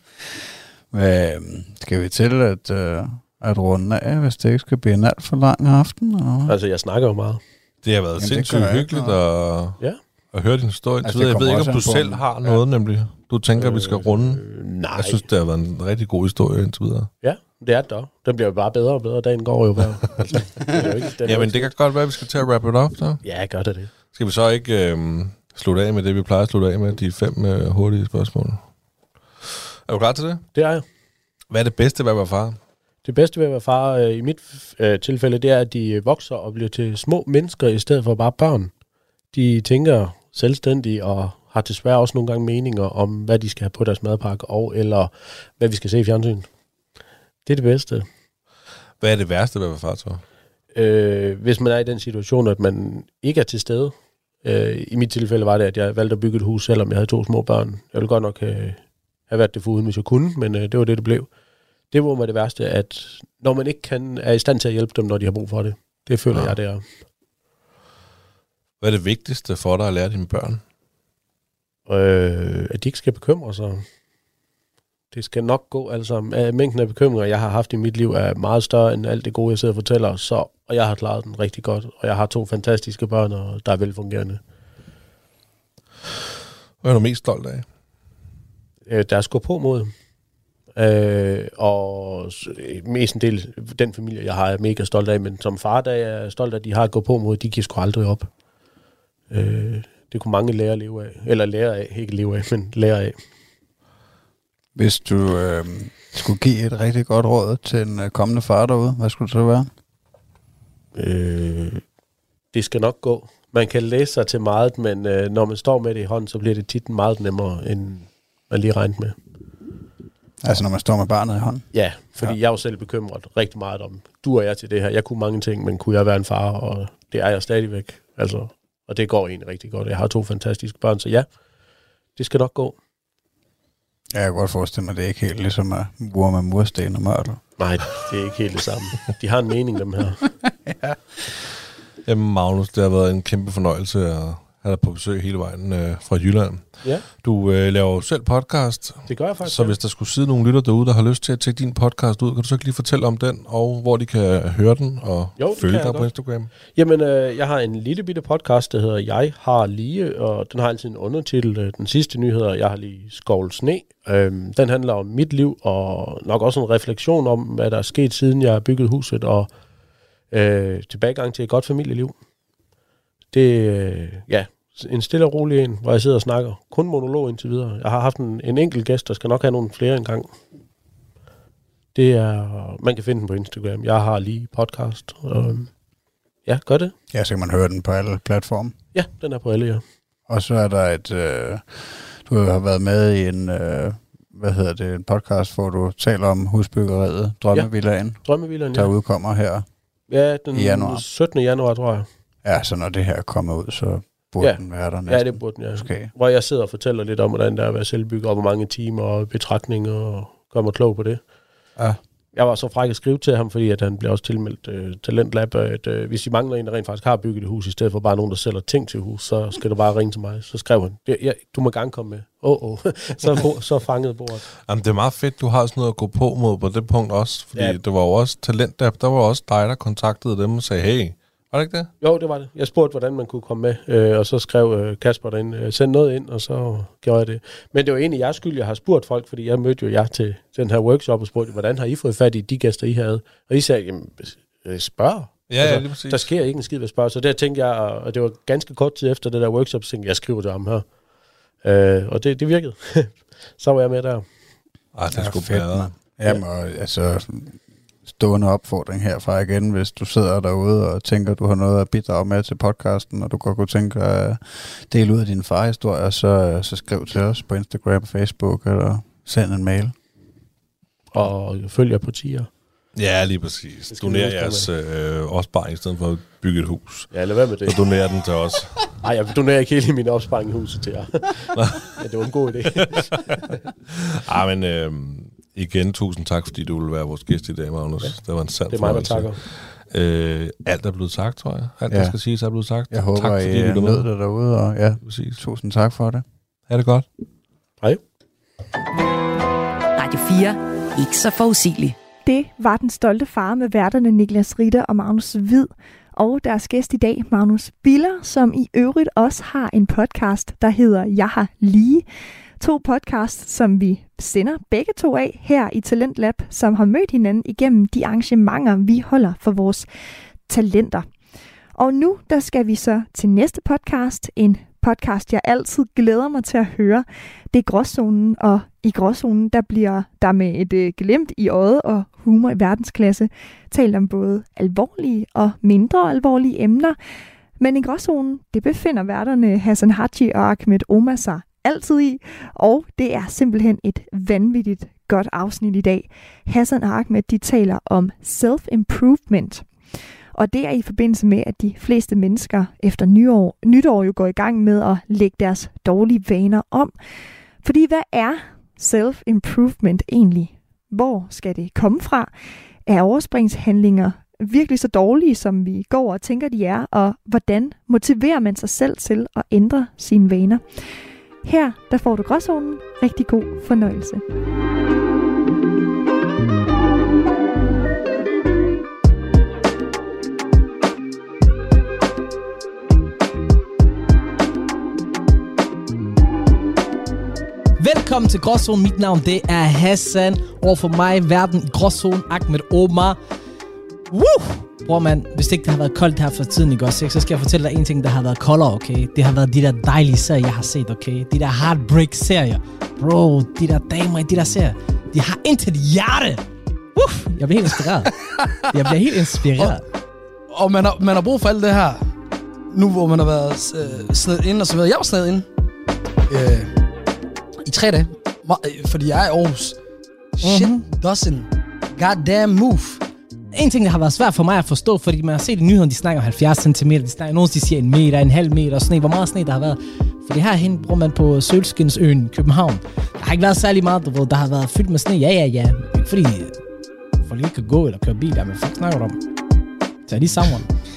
Men skal vi til at, uh, at runde af, hvis det ikke skal blive en alt for lang aften? Eller? Altså, jeg snakker jo meget. Det har været Jamen, sindssygt hyggeligt at, ja. at høre din historie. Altså, jeg ved ikke, om du selv har noget, ja. nemlig. Du tænker, øh, vi skal runde? Øh, nej. Jeg synes, det har været en rigtig god historie indtil videre. Ja, det er det da. Den bliver bare bedre og bedre. Dagen går jo bare. Altså, ja, men det kan godt være, at vi skal til at wrap it up, så. Ja, gør det det. Skal vi så ikke øh, slutte af med det, vi plejer at slutte af med, de fem øh, hurtige spørgsmål? Er du klar til det? Det er jeg. Hvad er det bedste ved at være far? Det bedste ved at være far øh, i mit øh, tilfælde, det er, at de vokser og bliver til små mennesker, i stedet for bare børn. De tænker selvstændigt og har desværre også nogle gange meninger om, hvad de skal have på deres madpakke, og eller hvad vi skal se i fjernsyn. Det er det bedste. Hvad er det værste ved at være far, så? Øh, hvis man er i den situation, at man ikke er til stede. Øh, I mit tilfælde var det, at jeg valgte at bygge et hus, selvom jeg havde to små børn. Jeg ville godt nok have, have været det foruden, hvis jeg kunne, men øh, det var det, det blev. Det var det værste, at når man ikke kan, er i stand til at hjælpe dem, når de har brug for det. Det føler ja. jeg, det er. Hvad er det vigtigste for dig at lære dine børn? Øh, at de ikke skal bekymre sig. Det skal nok gå, altså. Mængden af bekymringer, jeg har haft i mit liv, er meget større end alt det gode, jeg sidder og fortæller. Så, og jeg har klaret den rigtig godt. Og jeg har to fantastiske børn, og der er velfungerende. Hvad er du mest stolt af? Øh, der er sgu på mod. Øh, og mest en del, den familie, jeg har, er mega stolt af. Men som far, der er jeg stolt af, at de har at gå på mod. De giver sgu aldrig op. Øh, det kunne mange lære at leve af. Eller lære af. Ikke leve af, men lære af. Hvis du øh, skulle give et rigtig godt råd til en øh, kommende far derude, hvad skulle det så være? Øh, det skal nok gå. Man kan læse sig til meget, men øh, når man står med det i hånden, så bliver det tit meget nemmere, end man lige regnet med. Altså når man står med barnet i hånden? Ja, fordi ja. jeg er jo selv bekymret rigtig meget om, du og jeg til det her. Jeg kunne mange ting, men kunne jeg være en far, og det er jeg stadigvæk. Altså, og det går egentlig rigtig godt. Jeg har to fantastiske børn, så ja, det skal nok gå. Ja, jeg kan godt forestille mig, at det er ikke helt ligesom at mure med mursten og mørtel. Nej, det er ikke helt det samme. De har en mening, dem her. Ja. Jamen Magnus, det har været en kæmpe fornøjelse at have dig på besøg hele vejen øh, fra Jylland. Ja. Du øh, laver jo selv podcast. Det gør jeg faktisk. Så hvis der skulle sidde nogle lytter derude, der har lyst til at tjekke din podcast ud, kan du så ikke lige fortælle om den, og hvor de kan høre den og jo, følge dig på godt. Instagram? Jamen, øh, jeg har en lille bitte podcast, der hedder Jeg har lige, og den har altid en undertitel. Den sidste nyhed, Jeg har lige skovlet sne. Øhm, den handler om mit liv, og nok også en refleksion om, hvad der er sket, siden jeg har bygget huset, og øh, tilbagegang til et godt familieliv. Det, øh, ja, en stille og rolig en, hvor jeg sidder og snakker. Kun monolog indtil videre. Jeg har haft en, en enkelt gæst, der skal nok have nogle flere engang. Det er, man kan finde den på Instagram. Jeg har lige podcast. Um, ja, gør det. Ja, så kan man høre den på alle platforme. Ja, den er på alle, ja. Og så er der et, øh, du har været med i en, øh, hvad hedder det, en podcast, hvor du taler om husbyggeriet, Drømmevillaen. Ja, Drømmevillaen, der ja. udkommer her ja, den i januar. syttende januar, tror jeg. Ja, så når det her kommer ud, så burde ja. den være der næsten. Ja, det burde den, ja. Okay. Hvor jeg sidder og fortæller lidt om, hvordan der er at være selvbygger, og hvor mange timer og betragtninger, og gør mig klog på det. Ja. Jeg var så fræk at skrive til ham, fordi at han blev også tilmeldt øh, Talentlab, at øh, hvis I mangler en, der rent faktisk har bygget et hus, i stedet for bare nogen, der sælger ting til hus, så skal du bare ringe til mig. Så skrev han, ja, du må gerne komme med. Åh, oh, oh. så, så fangede bordet. Jamen, det er meget fedt, du har sådan noget at gå på mod på det punkt også, fordi ja. Det var jo også Talentlab, der var også dig, der kontaktede dem og sagde, hey, var det ikke det? Jo, det var det. Jeg spurgte, hvordan man kunne komme med, øh, og så skrev øh, Kasper derinde, øh, send noget ind, og så gjorde jeg det. Men det var egentlig jeres skyld, jeg har spurgt folk, fordi jeg mødte jo jer til den her workshop og spurgte, hvordan har I fået fat i de gæster, I havde? Og I sagde, jamen, spørg. Ja, altså, ja, lige præcis. Der sker ikke en skid ved spørg. Så der tænkte jeg, og det var ganske kort tid efter det der workshop, så tænkte jeg, jeg skriver til ham her. Øh, og det, det virkede. Så var jeg med der. Ej, det er sgu fedt, man. Jamen, ja. Og, altså... stående opfordring herfra igen, hvis du sidder derude og tænker, at du har noget at bidrage med til podcasten, og du godt kunne tænke at dele ud af din farhistorie, så, så skriv til os på Instagram, Facebook, eller send en mail. Og følg jer på tier. Ja, lige præcis. Doner jeres øh, opsparing i stedet for at bygge et hus. Ja, lad være med det. Så doner den til os. Nej, jeg donerer ikke hele min opsparing i huset til jer. Ja, det var en god idé. Ej, men... Øh, igen, tusind tak, fordi du ville være vores gæst i dag, Magnus. Ja. Det var en sand det er mig, der takker. Øh, alt er blevet sagt, tror jeg. Alt, ja. Der skal siges, er blevet sagt. Jeg håber, tak, fordi I nød dig derude, og ja, præcis. Tusind tak for det. Ha' det godt. Hej. Radio fire. Ikke så forudsigeligt. Det var Den Stolte Far med værterne Niklas Ritter og Magnus Hvid. Og deres gæst i dag, Magnus Biller, som i øvrigt også har en podcast, der hedder Jeg har lige. To podcasts, som vi sender begge to af her i Talentlab, som har mødt hinanden igennem de arrangementer, vi holder for vores talenter. Og nu der skal vi så til næste podcast, en podcast, jeg altid glæder mig til at høre. Det er Gråzonen, og i Gråzonen, der bliver der med et øh, glimt i øjet og humor i verdensklasse talt om både alvorlige og mindre alvorlige emner. Men i Gråzonen, det befinder værterne Hassan Haji og Ahmed Omar sig altid i, og det er simpelthen et vanvittigt godt afsnit i dag. Hassan og Ahmed, de taler om self-improvement. Og det er i forbindelse med, at de fleste mennesker efter nyår, nytår jo går i gang med at lægge deres dårlige vaner om. Fordi hvad er self-improvement egentlig? Hvor skal det komme fra? Er overspringshandlinger virkelig så dårlige, som vi går og tænker, de er? Og hvordan motiverer man sig selv til at ændre sine vaner? Her der får du Gråzonen. Rigtig god fornøjelse. Velkommen til Gråzonen. Mit navn det er Hassan. Overfor mig verden i Gråzonen, Ahmed Omar. Woo! Bror man, hvis ikke det har været koldt her for tiden, ikke også, så skal jeg fortælle dig en ting, der har været koldere, okay? Det har været de der dejlige serier, jeg har set, okay? De der heartbreak-serier. Bro, de der damer i de der serier, de har intet hjerte. Uff, jeg bliver helt inspireret. Jeg bliver helt inspireret. Og, og man, har, man har brug for alt det her, nu hvor man har været øh, snedet inde og så videre. Jeg var snedet inde øh, i tre dage, fordi jeg er i Aarhus. Shit mm-hmm. doesn't goddamn move. En ting, der har været svært for mig at forstå, fordi man har set i nyhederne, de snakker halvfjerds centimeter, de snakker, nogen de siger en meter, en halv meter, sne, hvor meget sne der har været. Fordi herhen bruger man på Sølskinsøen i København. Der har ikke været særlig meget, du ved, der har været fyldt med sne, ja, ja, ja. Ikke fordi folk ikke kan gå eller køre bil der, men folk snakker om. Så er de sammen.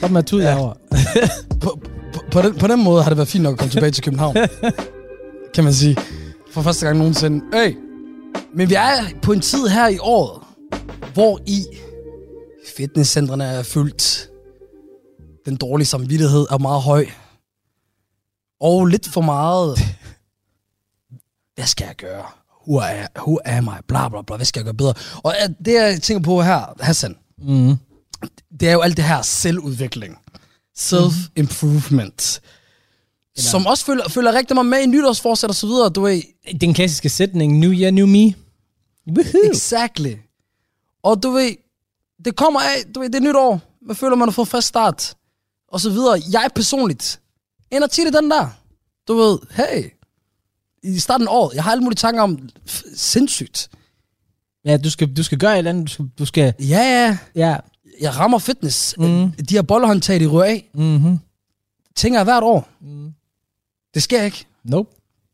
Stop med at tude herovre. på, på, på, den, på den måde har det været fint nok at komme tilbage til København. Kan man sige. For første gang nogensinde. Øj. Men vi er på en tid her i året, hvor i fitnesscentrene er fyldt. Den dårlige samvittighed er meget høj. Og lidt for meget. Hvad skal jeg gøre? Who er, who am I? Bla, bla, bla. Hvad skal jeg gøre bedre? Og det, jeg tænker på her, Hassan, mm. det er jo alt det her selvudvikling. Self-improvement. Mm. Som også følger, følger rigtig meget med i nytårsforsæt og så videre. Du ved. Den klassiske sætning, New Year, New Me. Woohoo. Exactly. Og du ved, det kommer af, du ved, det er nyt år. Man føler, man har fået frisk start. Og så videre. Jeg personligt ender tit i den der. Du ved, hey, i starten af året, jeg har alle mulige tanker om, f- sindssygt. Ja, du skal, du skal gøre et eller andet. Du skal, du skal... Ja, ja. Ja. Jeg rammer fitness. Mm. De her boldhåndtag, de rører af. Mm-hmm. Tænker jeg hvert år. Mm. Det sker ikke. Nope.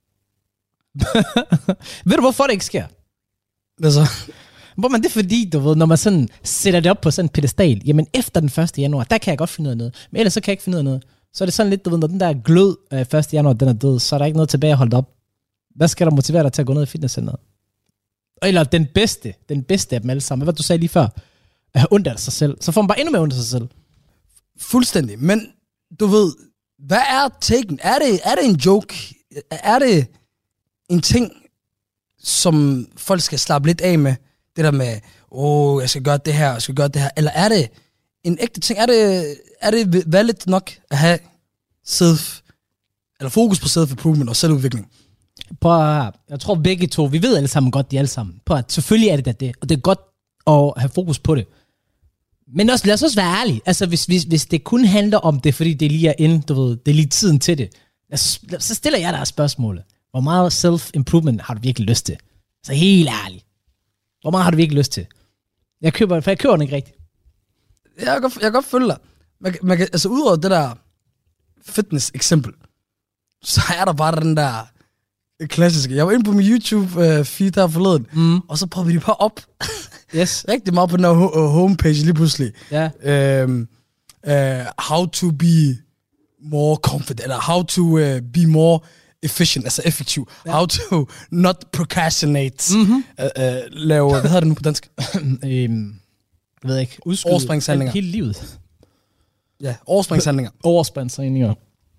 Ved du, hvorfor det ikke sker? Hvad så? Hvor man det er fordi, du ved, når man sådan sætter det op på sådan en pedestal, jamen efter den første januar, der kan jeg godt finde ud af noget. Men ellers så kan jeg ikke finde ud af noget. Så er det sådan lidt, du ved, når den der glød øh, første januar, den er død, så er der ikke noget tilbage at holde op. Hvad skal der motivere dig til at gå ned i fitnesscenteret? Eller den bedste, den bedste af dem alle sammen. Hvad du sagde lige før? At have ondt af sig selv. Så får man bare endnu mere ondt af sig selv. Fuldstændig. Men du ved, hvad er taken? Er det, er det en joke? Er det en ting, som folk skal slappe lidt af med? Det der med, åh, oh, jeg skal gøre det her, jeg skal gøre det her. Eller er det en ægte ting? Er det, er det valid nok at have self, eller fokus på self-improvement og selvudvikling? Prøv at, jeg tror begge to, vi ved alle sammen godt, de alle sammen. Prøv at, selvfølgelig er det da det, og det er godt at have fokus på det. Men også, lad os også være ærlige. Altså, hvis, hvis, hvis det kun handler om det, fordi det lige er inde, du ved, det er lige tiden til det, så, så stiller jeg dig spørgsmålet. Hvor meget self-improvement har du virkelig lyst til? Så helt ærligt. Hvor meget har du virkelig lyst til? Jeg køber, for jeg køber den ikke rigtigt. Jeg kan godt, jeg kan godt følge dig. Man, man kan, altså, udover det der fitness-eksempel, så er der bare den der klassiske. Jeg var inde på min YouTube-feed der forleden, mm. og så prøvede vi de bare op. Yes. Rigtig meget på den her ho- homepage lige pludselig. Ja. Um, uh, how to be more confident, eller how to uh, be more efficient, altså effektiv. Ja. How to not procrastinate. Mm-hmm. Uh, uh, lave, hvad hedder det nu på dansk? øhm, jeg ved ikke. Udskyde. Overspringshandlinger. Hele livet. Ja, overspringshandlinger. Overspringshandlinger.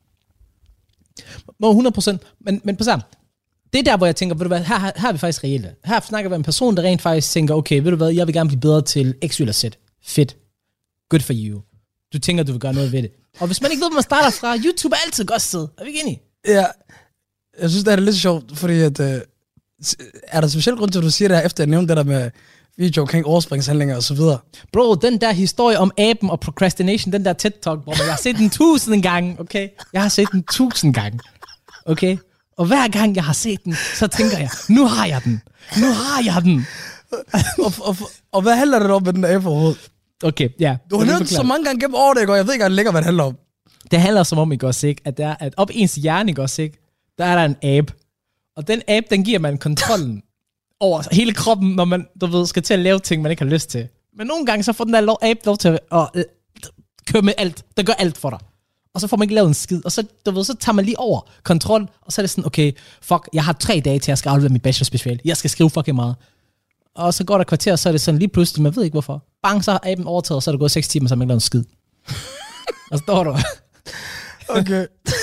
Nå, hundrede procent. Men, men på sammen. Det er der, hvor jeg tænker, ved du hvad, her, her, her er vi faktisk reelle. Her snakker vi om en person, der rent faktisk tænker, okay, ved du hvad, jeg vil gerne blive bedre til X, Y eller Z. Fedt. Good for you. Du tænker, du vil gøre noget ved det. Og hvis man ikke ved, hvor man starter fra, YouTube er altid et godt sted. Er vi ikke enige? Ja. Jeg synes, det er lidt sjovt, fordi at, øh, er der speciel grund til, at du siger det her, efter jeg nævnte det der med video omkring overspringshandlinger og så videre? Bro, den der historie om aben og procrastination, den der TED-talk, bro, jeg har set den tusind gange, okay? Jeg har set den tusind gange, okay? Og hver gang jeg har set den, så tænker jeg, nu har jeg den. Nu har jeg den. og, og, og hvad handler det om med den der abe overhovedet? Okay, ja. Du har nævnt så mange gange gennem året, ikke? Og jeg ved ikke engang, hvad det handler om. Det handler som om, ikke også, ikke? At, der, at op i ens hjerne, ikke også, ikke? Der er der en abe. Og den abe, den giver man kontrollen over hele kroppen, når man, du ved, skal til at lave ting, man ikke har lyst til. Men nogle gange, så får den der lov, abe lov til at øh, køre med alt. Den gør alt for dig. Og så får man ikke lavet en skid. Og så, du ved, så tager man lige over kontrol, og så er det sådan, okay, fuck, jeg har tre dage til, at jeg skal aflevere mit bachelorspeciale. Jeg skal skrive fucking meget. Og så går der kvarter, og så er det sådan lige pludselig, man ved ikke hvorfor. Bang, så har aben overtaget, og så er det gået seks timer, så har man ikke lavet en skid. Og så står du. Okay.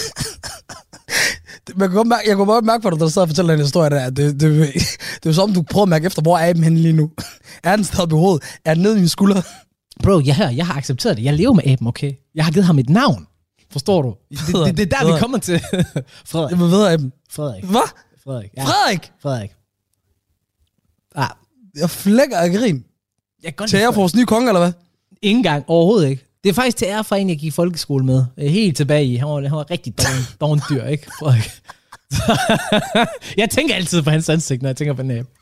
Man kan godt mærke, jeg kunne godt mærke på dig, da du sad og fortæller en historie der. Det, det, det, det er jo som, du prøver at mærke efter, hvor er aben henne lige nu. Er den stadig på hovedet? Er den nede i mine skuldre? Bro, jeg, her, jeg har accepteret det. Jeg lever med aben, okay? Jeg har givet ham et navn. Forstår du? Det, det, det er der, Frederik. Vi kommer til. Frederik. Jeg vil videre aben. Frederik. Hvad? Frederik. Ja. Frederik? Frederik. Ah. Jeg flækker af grin. Jeg godt til ære for vores nye konge, eller hvad? Ingen gang. Overhovedet ikke. Det er faktisk til ære for en, jeg gik i folkeskole med. Helt tilbage i. Han var, han var rigtig dårlig dyr, ikke? Frederik. Jeg tænker altid på hans ansigt, når jeg tænker på den abe.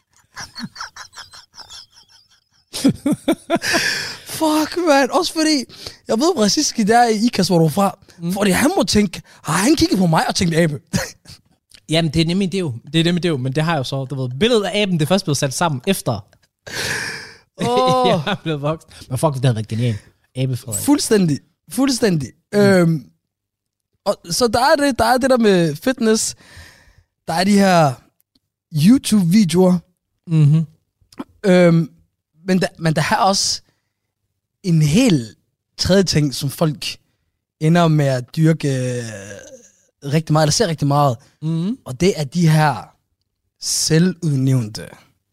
Fuck, man. Også fordi, jeg ved præcis, det er i Ikas, hvor du er fra. Mm. Fordi han må tænke, har han kigget på mig og tænkt abe? Jamen, det er nemlig det jo. Det er nemlig det jo, men det har jeg jo så, du ved. Billedet af aben, det er først blevet sat sammen efter. Oh. Jeg er blevet voksen. Men fuck, det havde været genialt. Abe Frederik. Fuldstændig. Fuldstændig. Mm. Øhm, og, så der er, det, der er det der med fitness. Der er de her YouTube-videoer. Mm-hmm. Øhm, men, der, men der er også en helt tredje ting, som folk ender med at dyrke øh, rigtig meget, eller ser rigtig meget. Mm-hmm. Og det er de her selvudnævnte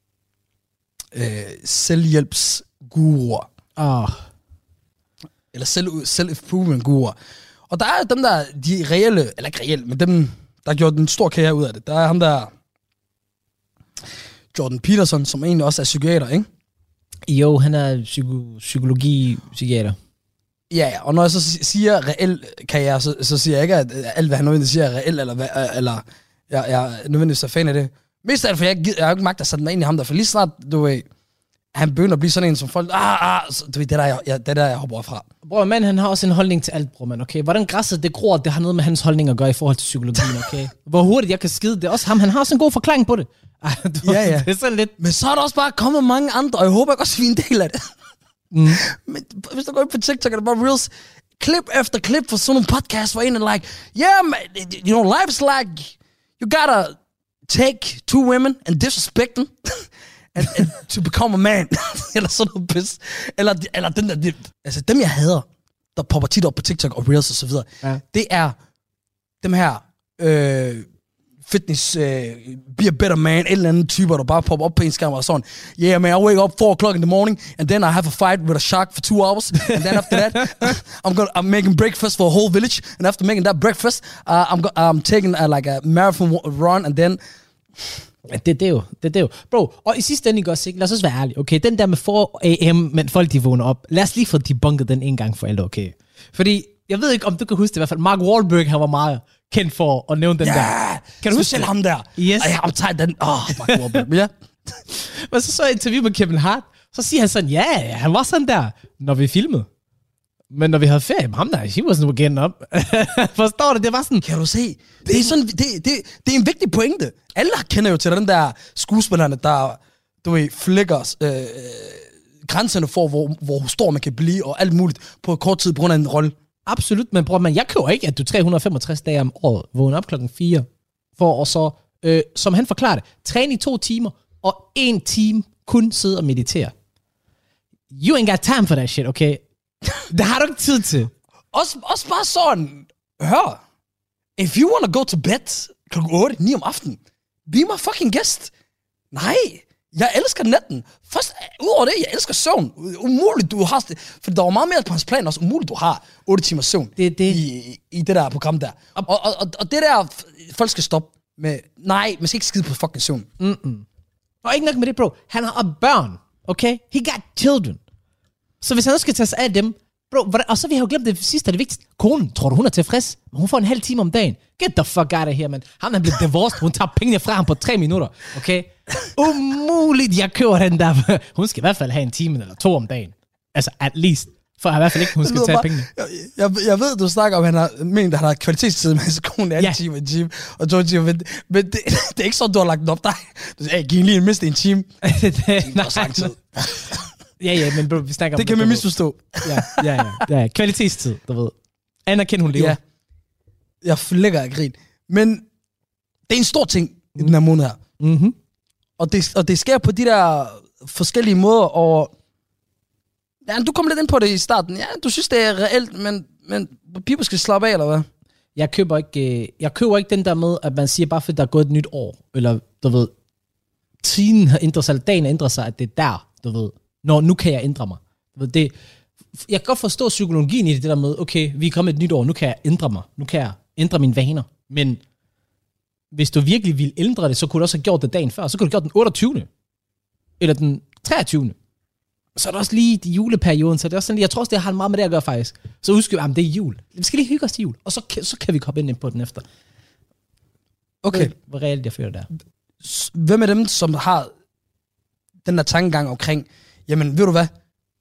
øh, selvhjælpsguruer. Oh. Eller selv, self-improvement-guruer. Og der er dem, der de reelle, eller ikke reelle, men dem, der har gjort en stor karriere ud af det. Der er ham der, Jordan Peterson, som egentlig også er psykiater, ikke? Jo, han er psyko- psykologi-psykiater. Ja, og når jeg så siger reel karriere, så, så siger jeg ikke, at alt, hvad han nødvendigvis siger, er reelt, eller, eller jeg, jeg er nødvendigvis er fan af det. Mest af det, for jeg, jeg har ikke magt at sætte mig ind i ham der, for lige snart, du ved, han begynder at blive sådan en, som folk, ah, ah, så, du ved, det der, jeg, jeg, det der, jeg hopper fra. Bror, mand, han har også en holdning til alt, bror, man, okay? Hvordan græsset, det gror, det har noget med hans holdning at gøre i forhold til psykologien, okay? Hvor hurtigt jeg kan skide, det er også ham, han har også en god forklaring på det. Ej, du, ja, ja. Det er sådan lidt... Men så er der også bare kommet mange andre, og jeg håber ikke også, at vi er en del af det. Mm. Men hvis du går ind på TikTok, er det bare reels, klip efter klip for sådan nogle podcasts, hvor en er like, yeah, man, you know, life's like, you gotta take two women and disrespect them, and, and to become a man. Eller sådan noget pis. Eller, eller den der, det, altså dem jeg hader, der popper tit op på TikTok og reels og så videre, ja. Det er dem her, øh, fitness, uh, be a better man, et eller andet typer, der bare popper op på en skærm og sådan, yeah man, I wake up four o'clock in the morning, and then I have a fight with a shark for two hours, and then after that, I'm gonna, I'm making breakfast for a whole village, and after making that breakfast, uh, I'm, go- I'm taking uh, like a marathon run, and then... Ja, det, det er jo, det, det er jo. Bro, og i sidste ende, ikke også, ikke? Lad os også være ærlige, okay? Den der med four a.m., men folk de vågner op, lad os lige få debunket den en gang for alle, okay? Fordi, jeg ved ikke, om du kan huske det i hvert fald, Mark Wahlberg, han var meget kendt for at nævne den ja, der. Kan du huske selv ham der? Yes. Ej, I'm tired den. Åh, oh, Mark Wahlberg, ja. Men så så jeg interview med Kevin Hart, så siger han sådan, ja, yeah, han var sådan der, når vi filmede. Men når vi havde ferie, ham der, he wasn't getting up. Forstår du? Det var sådan... Kan du se? Det er, sådan, det, det, det er en vigtig pointe. Alle kender jo til den der skuespillerne, der, du ved, flækker øh, grænserne for, hvor, hvor stor man kan blive, og alt muligt på kort tid på grund af en rolle. Absolut, men bror, man, jeg køber ikke, at du tre hundrede og femogtres dage om året vågner op klokken fire, for at så, øh, som han forklarer det, træne i to timer, og en time kun sidde og meditere. You ain't got time for that shit, okay? Det har du ikke tid til. Også, også bare sådan, hør, if you wanna go to bed klokken otte, ni om aftenen, be my fucking guest. Nej, jeg elsker natten. Først, udover det, jeg elsker søvn. Umuligt, du har... For der var meget mere på hans plan også. Umuligt, du har otte timer søvn det, det. I, i det der program der. Og, og, og, og det der, folk skal stoppe med... Nej, man skal ikke skide på fucking søvn. Mm-mm. Og ikke nok med det, bro. Han har børn, okay? He got children. Så hvis han også skal tage sig af dem... Bro, hvordan, og så vi har jo glemt det sidste og det vigtigste. Konen, tror du, hun er tilfreds? Men hun får en halv time om dagen. Get the fuck out of here, man. Han er blevet divorced. Hun tager pengene fra ham på tre minutter. Okay? Umuligt, jeg køber den der. Hun skal i hvert fald have en time eller to om dagen. Altså, at least. For i hvert fald ikke, hun skal tage bare, pengene. Jeg, jeg, jeg ved, du snakker om, at han har ment, at han har kvalitetstid med hans kone alle ja. timer i en time. Og to timer, men, men det, det, er ikke sådan, du har lagt den op dig. Du siger, hey, giv lige en miste en time. det, det, nej, tid. Ja, ja, men bro, vi snakker det om... kan man misforstå. Ja, ja, ja, ja. Kvalitetstid, du ved. Anerkend, hun lever. Ja. Jeg flækker af grin. Men det er en stor ting mm. i den her måned her. Mm-hmm. Og, det, og det sker på de der forskellige måder, og... Ja, du kom lidt ind på det i starten. Ja, du synes, det er reelt, men, men people skal slappe af, eller hvad? Jeg køber ikke, jeg køber ikke den der med, at man siger, bare fordi der er gået et nyt år, eller du ved, tiden har ændret sig, eller dagen har ændret sig, at det er der, du ved, når nu kan jeg ændre mig. Du ved, det, jeg kan godt forstå psykologien i det, det der med, okay, vi er kommet et nyt år, nu kan jeg ændre mig, nu kan jeg ændre mine vaner, men hvis du virkelig ville ændre det, så kunne du også have gjort det dagen før, så kunne du have gjort den otteogtyvende eller den treogtyvende Så er der også lige i juleperioden, så det er også sådan, jeg tror også, det har meget med det at gøre faktisk. Så husk, at det er jul. Vi skal lige hygge os til jul, og så, så kan vi komme ind på den efter. Okay. Hvor reelt jeg føler der. Hvem er dem, som har den der tankegang omkring, jamen, ved du hvad,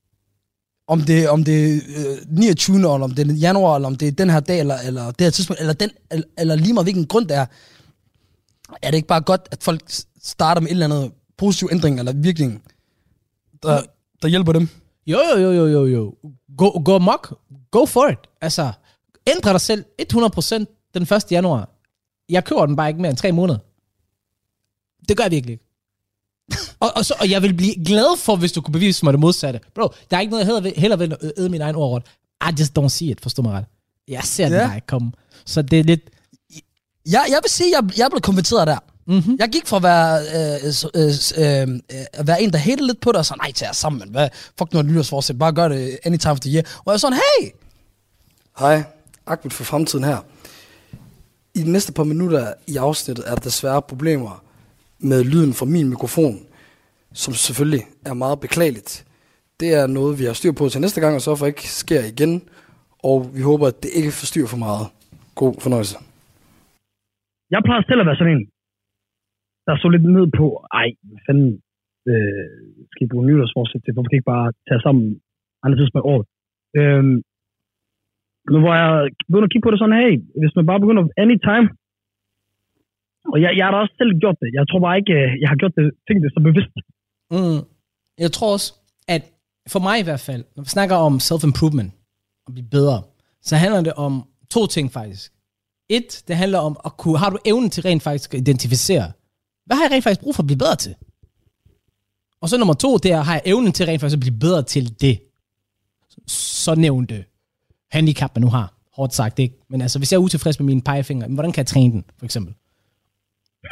om det, om det er øh, niogtyvende eller om det er januar, eller om det er den her dag, eller, eller det her tidspunkt, eller, den, eller, eller lige meget hvilken grund det er, er det ikke bare godt, at folk starter med et eller andet positiv ændring, eller virkning, der, der hjælper dem? Jo, jo, jo, jo, jo, jo. Go, go amok. Go for it. Altså, ændre dig selv hundrede procent den første januar. Jeg kører den bare ikke mere end tre måneder. Det gør jeg virkelig ikke. og, og, så, og jeg vil blive glad for, hvis du kunne bevise mig det modsatte. Bro, der er ikke noget, jeg heller, heller vil æde min egen ordret. I just don't see it, forstår mig ret. Jeg ser yeah. det bare ikke komme. Så det er lidt... Jeg, jeg vil sige, jeg, jeg blev konverteret der. Mm-hmm. Jeg gik fra at være, øh, øh, øh, at være en, der hater lidt på det, og så nej, til jer sammen, men hvad? Fuck nu et nytårsforsæt, bare gør det anytime of the year. Og jeg er sådan, hey! Hej, Ahmed for fremtiden her. I de næste par minutter i afsnittet er der desværre problemer med lyden fra min mikrofon, som selvfølgelig er meget beklageligt. Det er noget, vi har styr på til næste gang, og så for ikke sker igen, og vi håber, at det ikke forstyrrer for meget. God fornøjelse. Jeg plejer selv at være sådan en, der så lidt ned på, ej, hvad fanden, øh, skal I bruge nytårsforsæt til, hvorfor kan I ikke bare tage sammen andre tidspunkt på året? Øhm, nu hvor jeg begynder at kigge på det sådan, hey, hvis man bare begynder anytime, og jeg, jeg har da også selv gjort det, jeg tror bare ikke, jeg har gjort det, tænkt det så bevidst. Mm. Jeg tror også, at for mig i hvert fald, når vi snakker om self-improvement, at blive bedre, så handler det om to ting faktisk. Et, det handler om, at kunne, har du evnen til rent faktisk at identificere, hvad har jeg rent faktisk brug for at blive bedre til? Og så nummer to, det er, har jeg evnen til rent faktisk at blive bedre til det? Så nævnte handicap, man nu har. Hårdt sagt, ikke? Men altså, hvis jeg er utilfreds med mine pegefinger, hvordan kan jeg træne den, for eksempel? Og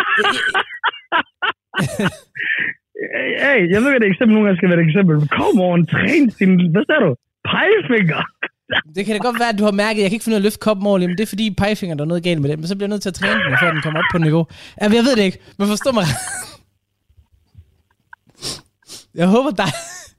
hey, jeg ved, at et eksempel nogle gange skal være et eksempel. Kom on, træn din, hvad sagde du? Pegefinger? Det kan da godt være, at du har mærket, at jeg kan ikke finde ud af at løfte koppen ordentligt, men det er fordi pegefingeren, der er noget galt med det. Men så bliver jeg nødt til at træne den, før den kommer op på niveau. Jamen, jeg ved det ikke, men forstå mig. Jeg håber dig.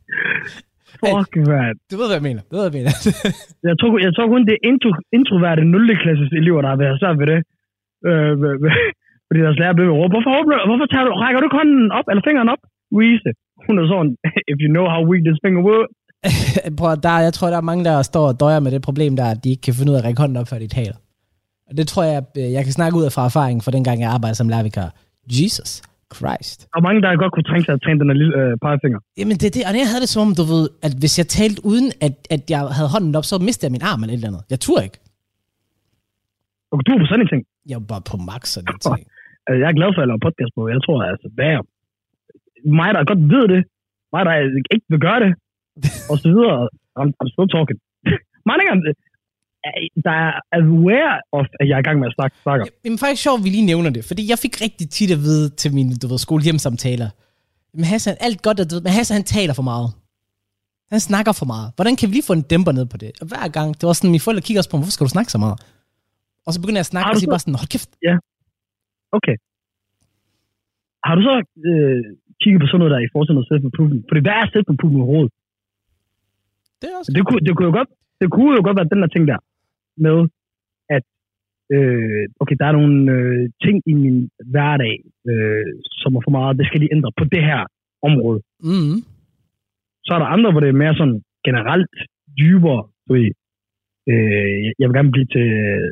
Fuck, man. Du ved, hvad jeg mener. Du ved, hvad jeg mener. jeg, tror, jeg tror kun, det er intro, introverte nul klasses elever, der har været svært ved det. Øh, fordi deres lærer blev råbt, hvorfor, hvorfor tager du, rækker du ikke hånden op, eller fingeren op? Louise, hun er sådan, if you know how weak this finger will. Prøv, der, jeg tror, der er mange, der står og døjer med det problem, der at de ikke kan finde ud af at række hånden op, før de taler. Og det tror jeg, jeg kan snakke ud af fra erfaring, for dengang jeg arbejdede som lærervikar. Jesus Christ. Og mange, der godt kunne trænge sig at træne den her lille øh, pegefinger. Jamen, det er det. Og jeg havde det som om, du ved, at hvis jeg talte uden, at, at jeg havde hånden op, så mistede jeg min arm eller et eller andet. Jeg turde ikke. Og du er på sådan en ting? Jeg var bare på max sådan en ting. Altså, jeg er glad for at lave podcast på. Jeg tror, altså, hvad mig, der godt ved det, mig, der ikke vil gøre det, og så videre, I'm, I'm still talking. Mange gange, der er aware of, at jeg er i gang med at snakke. snakke. Jamen faktisk sjovt, at vi lige nævner det, fordi jeg fik rigtig tit at vide til mine, du ved, skolehjemsamtaler. Men Hassan, alt godt, at du ved, men Hassan, han taler for meget. Han snakker for meget. Hvordan kan vi lige få en dæmper ned på det? Og hver gang, det var sådan, mine forældre kigger os på, hvorfor skal du snakke så meget? Og så begynder jeg at snakke, og siger bare sådan, hold kæft. Ja, okay. Har du så øh, kigget på sådan noget der i forhold til noget self-improvement? Fordi hvad er self-improvement overhovedet? Det, er også det, kunne, det, kunne jo godt, det kunne jo godt være den der ting der, med at øh, okay, der er nogle øh, ting i min hverdag, øh, som er for meget, det skal de ændre på det her område. Mm. Så er der andre, hvor det er mere sådan generelt dybere, så I, øh, jeg vil gerne blive til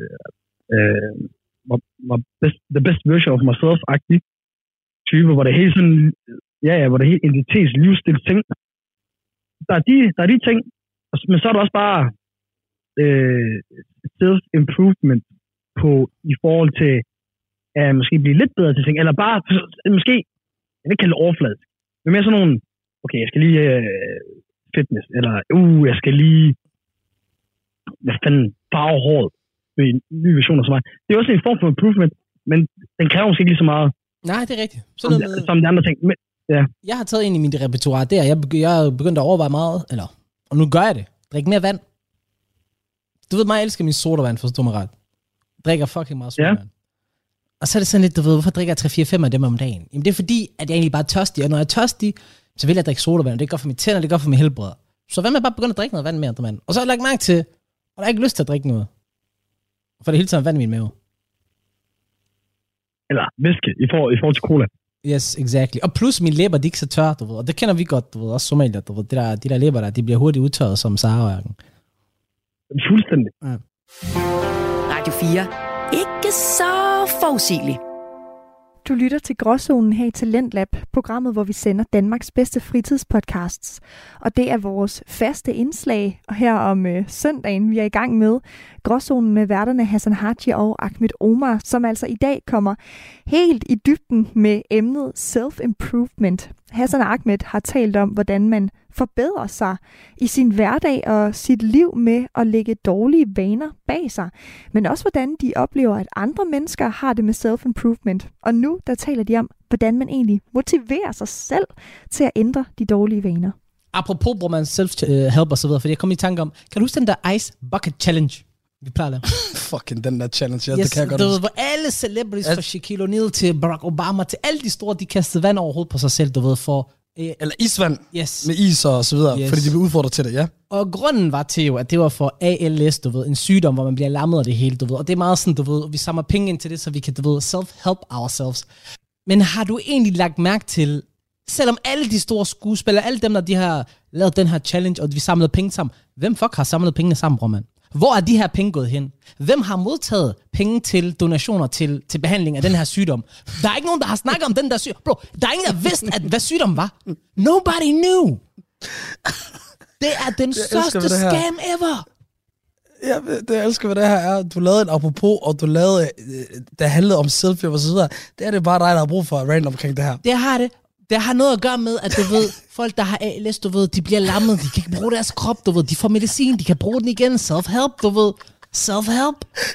øh, my, my best, the best version of myself-agtig type, hvor det er helt sådan, ja, ja, hvor det er helt identitets livsstil ting. Der er de, der er de ting, men så er der også bare øh, self-improvement på, i forhold til at måske blive lidt bedre til ting, eller bare, måske, jeg vil ikke kalde det overfladisk, men mere sådan nogle, okay, jeg skal lige øh, fitness, eller uh, jeg skal lige, hvad fanden, farve håret, med nye versioner som mig. Det er også en form for improvement, men den kræver måske ikke lige så meget. Nej, det er rigtigt. Som, med, som de andre ting. Men, ja. Jeg har taget ind i mit repertoire der. Jeg, begy- jeg er begyndt at overveje meget, eller, og nu gør jeg det. Drik mere vand. Du ved mig, jeg elsker min sodavand, forstår mig ret. Drikker fucking meget sodavand. Ja. Og så er det sådan lidt, du ved, hvorfor drikker jeg tre fire fem af dem om dagen? Jamen det er fordi, at jeg egentlig bare er tørstig, og når jeg er tørstig, så vil jeg drikke sodavand, og det er godt for mine tænder, det er godt for mit helbred. Så hvad med bare begynde at drikke noget vand mere, mand? Og så har jeg lagt mærke til, og der er ikke lyst til at drikke noget. For det er hele tiden vand i min mave. Eller væske, i, for, i forhold til cola. Yes, exactly. Og plus mine læber, de er ikke så tørre, du ved. Og det kender vi godt, du ved. Også somalier, du ved. De der, de der læber der, de bliver hurtigt udtørret som Sahara-ørken. Fuldstændig. Ja. Radio fire. Ikke så forudsigeligt. Du lytter til Gråzonen her i Talentlab, programmet, hvor vi sender Danmarks bedste fritidspodcasts. Og det er vores faste indslag, og her om øh, søndagen, vi er i gang med Gråzonen med værterne Hassan Haji og Ahmed Omar, som altså i dag kommer helt i dybden med emnet self-improvement. Hassan og Ahmed har talt om, hvordan man forbedrer sig i sin hverdag og sit liv med at lægge dårlige vaner bag sig, men også hvordan de oplever, at andre mennesker har det med self-improvement. Og nu der taler de om, hvordan man egentlig motiverer sig selv til at ændre de dårlige vaner. Apropos bruger man self-help og så videre, fordi jeg kom i tanke om, kan du huske den der Ice Bucket Challenge? Vi plejer at lave. Fucking den der challenge, ja, yes, det kan jeg godt huske. huske. Hvor alle celebrities fra Shaquille O'Neal til Barack Obama, til alle de store, de kastede vand over hovedet på sig selv, du ved, for... Øh, Eller isvand yes. med is og så videre, yes. fordi de blev udfordret til det, ja. Og grunden var til jo, at det var for A L S, du ved, en sygdom, hvor man bliver lammet af det hele, du ved. Og det er meget sådan, du ved, vi samler penge ind til det, så vi kan, du ved, self-help ourselves. Men har du egentlig lagt mærke til, selvom alle de store skuespillere, alle dem, der de har lavet den her challenge, og vi samlede penge sammen, hvem fuck har samlet pengene sammen, bror mand? Hvor er de her penge gået hen? Hvem har modtaget penge til donationer til, til behandling af den her sygdom? Der er ikke nogen, der har snakket om den der sygdom. Bro, der er ingen, der vidste, at, hvad sygdom var. Nobody knew. Det er den jeg største scam ever. Ja, det jeg elsker, hvad det her er. Du lavede en apropos, og du lavede, der handlede om selfie og så videre. Det er det bare dig, der har brug for random omkring det her. Det har det. Det har noget at gøre med, at du ved, folk, der har A L S, du ved, de bliver lammet, de kan ikke bruge deres krop, du ved, de får medicin, de kan bruge den igen, self-help, du ved, self-help.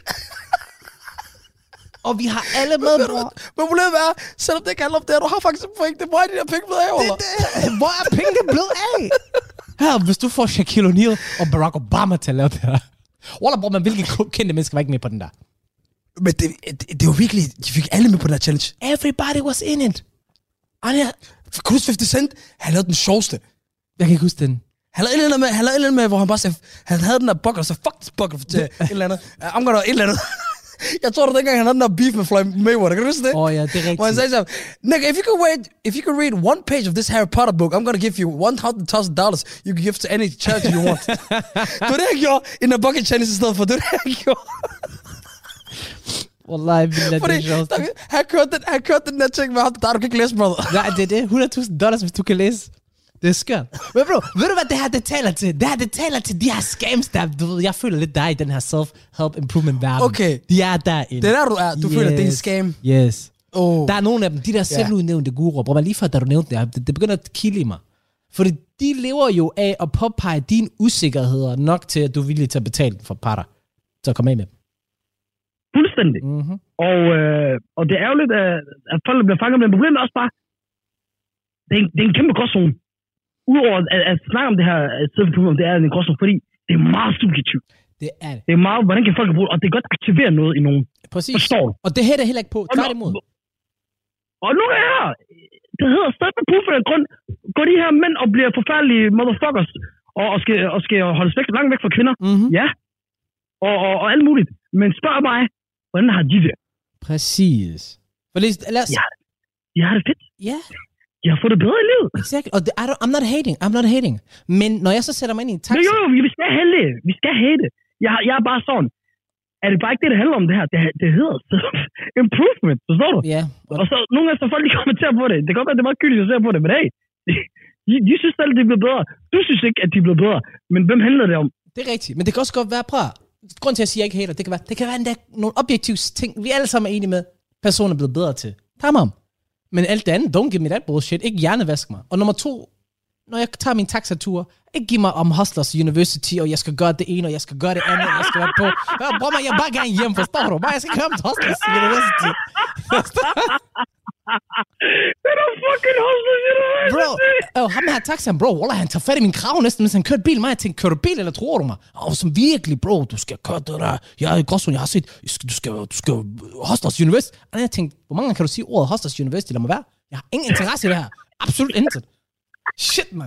Og vi har alle med, bror. Men problemet er, selvom det ikke handler om det, du har faktisk en pointe, hvor er de der penge blevet af, eller? Det, det, hvor er pengene blevet af? Her, hvis du får Shaquille O'Neal og Barack Obama til at lave det her. Wallah, bror, men hvilke kendte mennesker var ikke med på den der? Men det, det, det var virkelig, de fik alle med på den der challenge. Everybody was in it. Anja, kan du huske fifty Cent? Han lavede den sjoveste. Jeg kan ikke huske den. Han lavede et eller andet med, han lavede et eller andet med, hvor han bare sagde, han havde den der bucket, og så fuck this bucket til et eller andet. I'm gonna et eller andet. Jeg tror, det dengang, han havde den der beef med Floyd Mayweather. Kan du huske det? Åh oh, ja, det er rigtigt. Hvor han sagde så, nigga, if you could read, if you could read one page of this Harry Potter book, I'm gonna give you one hundred thousand dollars you can give to any charity you want. Det var det, jeg gjorde i den bucket challenge i stedet for. Det var det, jeg gjorde. Wallahi, billah, fordi, det er sjovt. Han kørte den, han kørte den der ting med ham, der du kan ikke læse, brother. Nej, det er det. hundrede tusind dollars, hvis du kan læse. Det er skørt. Men bro, ved du hvad det her, det taler til? Det her, det taler til de her scams, der, du ved, jeg føler lidt der i den her self-help improvement verden. Okay. De er derinde. Det er der, du er. Du yes. føler, det er en scam. Yes. Oh. Der er nogle af dem, de der selvudnævnte guruer, bror, lige før, da du nævnte det, det, det begynder at kilde i mig. Fordi de lever jo af at påpege dine usikkerheder nok til, at du er villig til at betale for parter. Så kom af med dem. Fuldstændig. Mm-hmm. Og, øh, og det er ærgerligt, at, at folk bliver fanget, men problemet er også bare, det er en, det er en kæmpe gråzone. Udover at, at snakke om det her self-improvement, det er en gråzone, fordi det er meget subjektivt. Det er det. Det er meget, hvordan kan folk bruge og det kan godt aktivere noget i nogen. Præcis. Forstår du? Og det her er heller ikke på. Tværtimod. Og nu er her, det hedder self-improvement for en grund. Går de her mænd og bliver forfærdelige motherfuckers, og, og, skal, og skal holdes væk, langt væk fra kvinder? Mm-hmm. Ja. Og, og, og alt muligt. Men spørg mig, hvordan har de det? Præcis. For lad, lad os... Ja, de har det fedt. Ja. De har fået det bedre i livet. Exakt. Og det, I don't, I'm not hating. I'm not hating. Men når jeg så sætter mig ind i en taxa... Men jo, jo, vi skal have det. Vi skal have det. Jeg, jeg er bare sådan. Er det bare ikke det, det handler om det her? Det, det hedder improvement. Forstår du? Ja. Og, og så nogle gange så folk, de kommenterer på det. Det kan godt være, det er meget gyldigt at se på det. Men hey, de, de synes selv, de bliver bedre. Du synes ikke, at de bliver bedre. Men hvem handler det om? Det er rigtigt. Men det kan også godt være, prøv. Grunden til, at jeg siger, at jeg ikke hater, det kan være, det kan være en der, nogle objektive ting, vi alle sammen er enige med, personen er blevet bedre til. Tag mig om. Men alt det andet, don't give me that bullshit. Ikke hjernevask mig. Og nummer to, når jeg tager min taxatur, ikke give mig om Hustlers University, og jeg skal gøre det ene, og jeg skal gøre det andet, og jeg skal være på. Ja, bror mig, jeg vil bare gerne hjem, forstår du? Bare, jeg skal ikke høre om Hustlers University. Det er fucking Hustlers University. Bro, øh, ham her taxaen, bro, wallah, han tager fat i min krav næsten, mens han kørte bil. Mig, jeg tænkte, kører du bil, eller tror du mig? Og som virkelig, bro, du skal køre det der. Jeg er i Gråzonen, jeg har set, du skal, du skal Hustlers University. Og jeg tænkte, hvor mange gange kan du sige ordet Hustlers University? Lad mig være. Jeg har ingen interesse i det her. Absolut intet. Shit, man.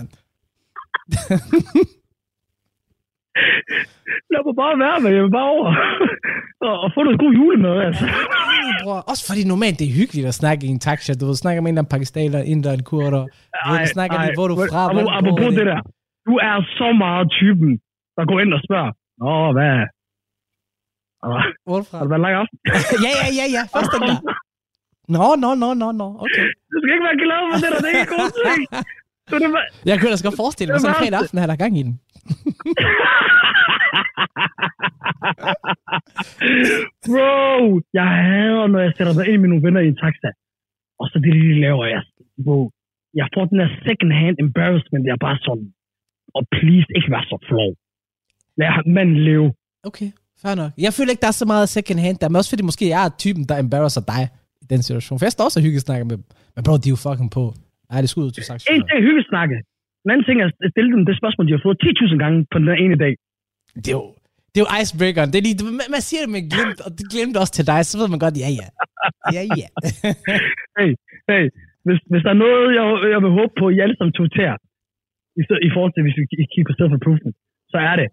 Lad mig bare være med, jeg vil bare over og, og få noget god julemad, altså. Ja, også fordi normalt det er hyggeligt at snakke i en taxa. Du ved, snakker med en eller pakistaner, inder, en kurder. Du ved, snakker lige, hvor du er fra. Apropos det der. Du er så meget typen, der går ind og spørger, åh, hvad? Hvorfra? Har du været lang aften? ja, ja, ja, ja. Først den der. Nå, nå, nå, nå, nå, okay. Du skal ikke være glad for det der, det er ikke god ting. Så det var... Jeg kunne da godt forestille mig, sådan en fredag aften, at der er gang i den. Bro, jeg hader, når jeg sætter mig ind med mine venner i en taxa. Og så det, de laver, jeg, bro, jeg får den her second hand embarrassment, jeg er bare sådan, og please, ikke være så flov. Lad manden leve. Okay, fair nok. Jeg føler ikke, der er så meget second hand der, men også fordi måske jeg er typen, der embarrasser dig i den situation. For jeg står også og hyggesnakker med dem. Men bro, de er jo fucking på. Ej, det er skud ud til sagt. En ting er hyggesnakke. En anden ting er at stille dem det spørgsmål, de har fået ti tusind gange på den ene dag. Det er jo, det er jo icebreakeren. Det er lige, man, man siger det med glimt, og det glemte også til dig, så ved man godt, ja ja. Ja ja. hey, hey. Hvis, hvis der er noget, jeg, jeg vil håbe på, I alle sammen tog til i, i forhold til, hvis vi kigger på self-improvement, så er det,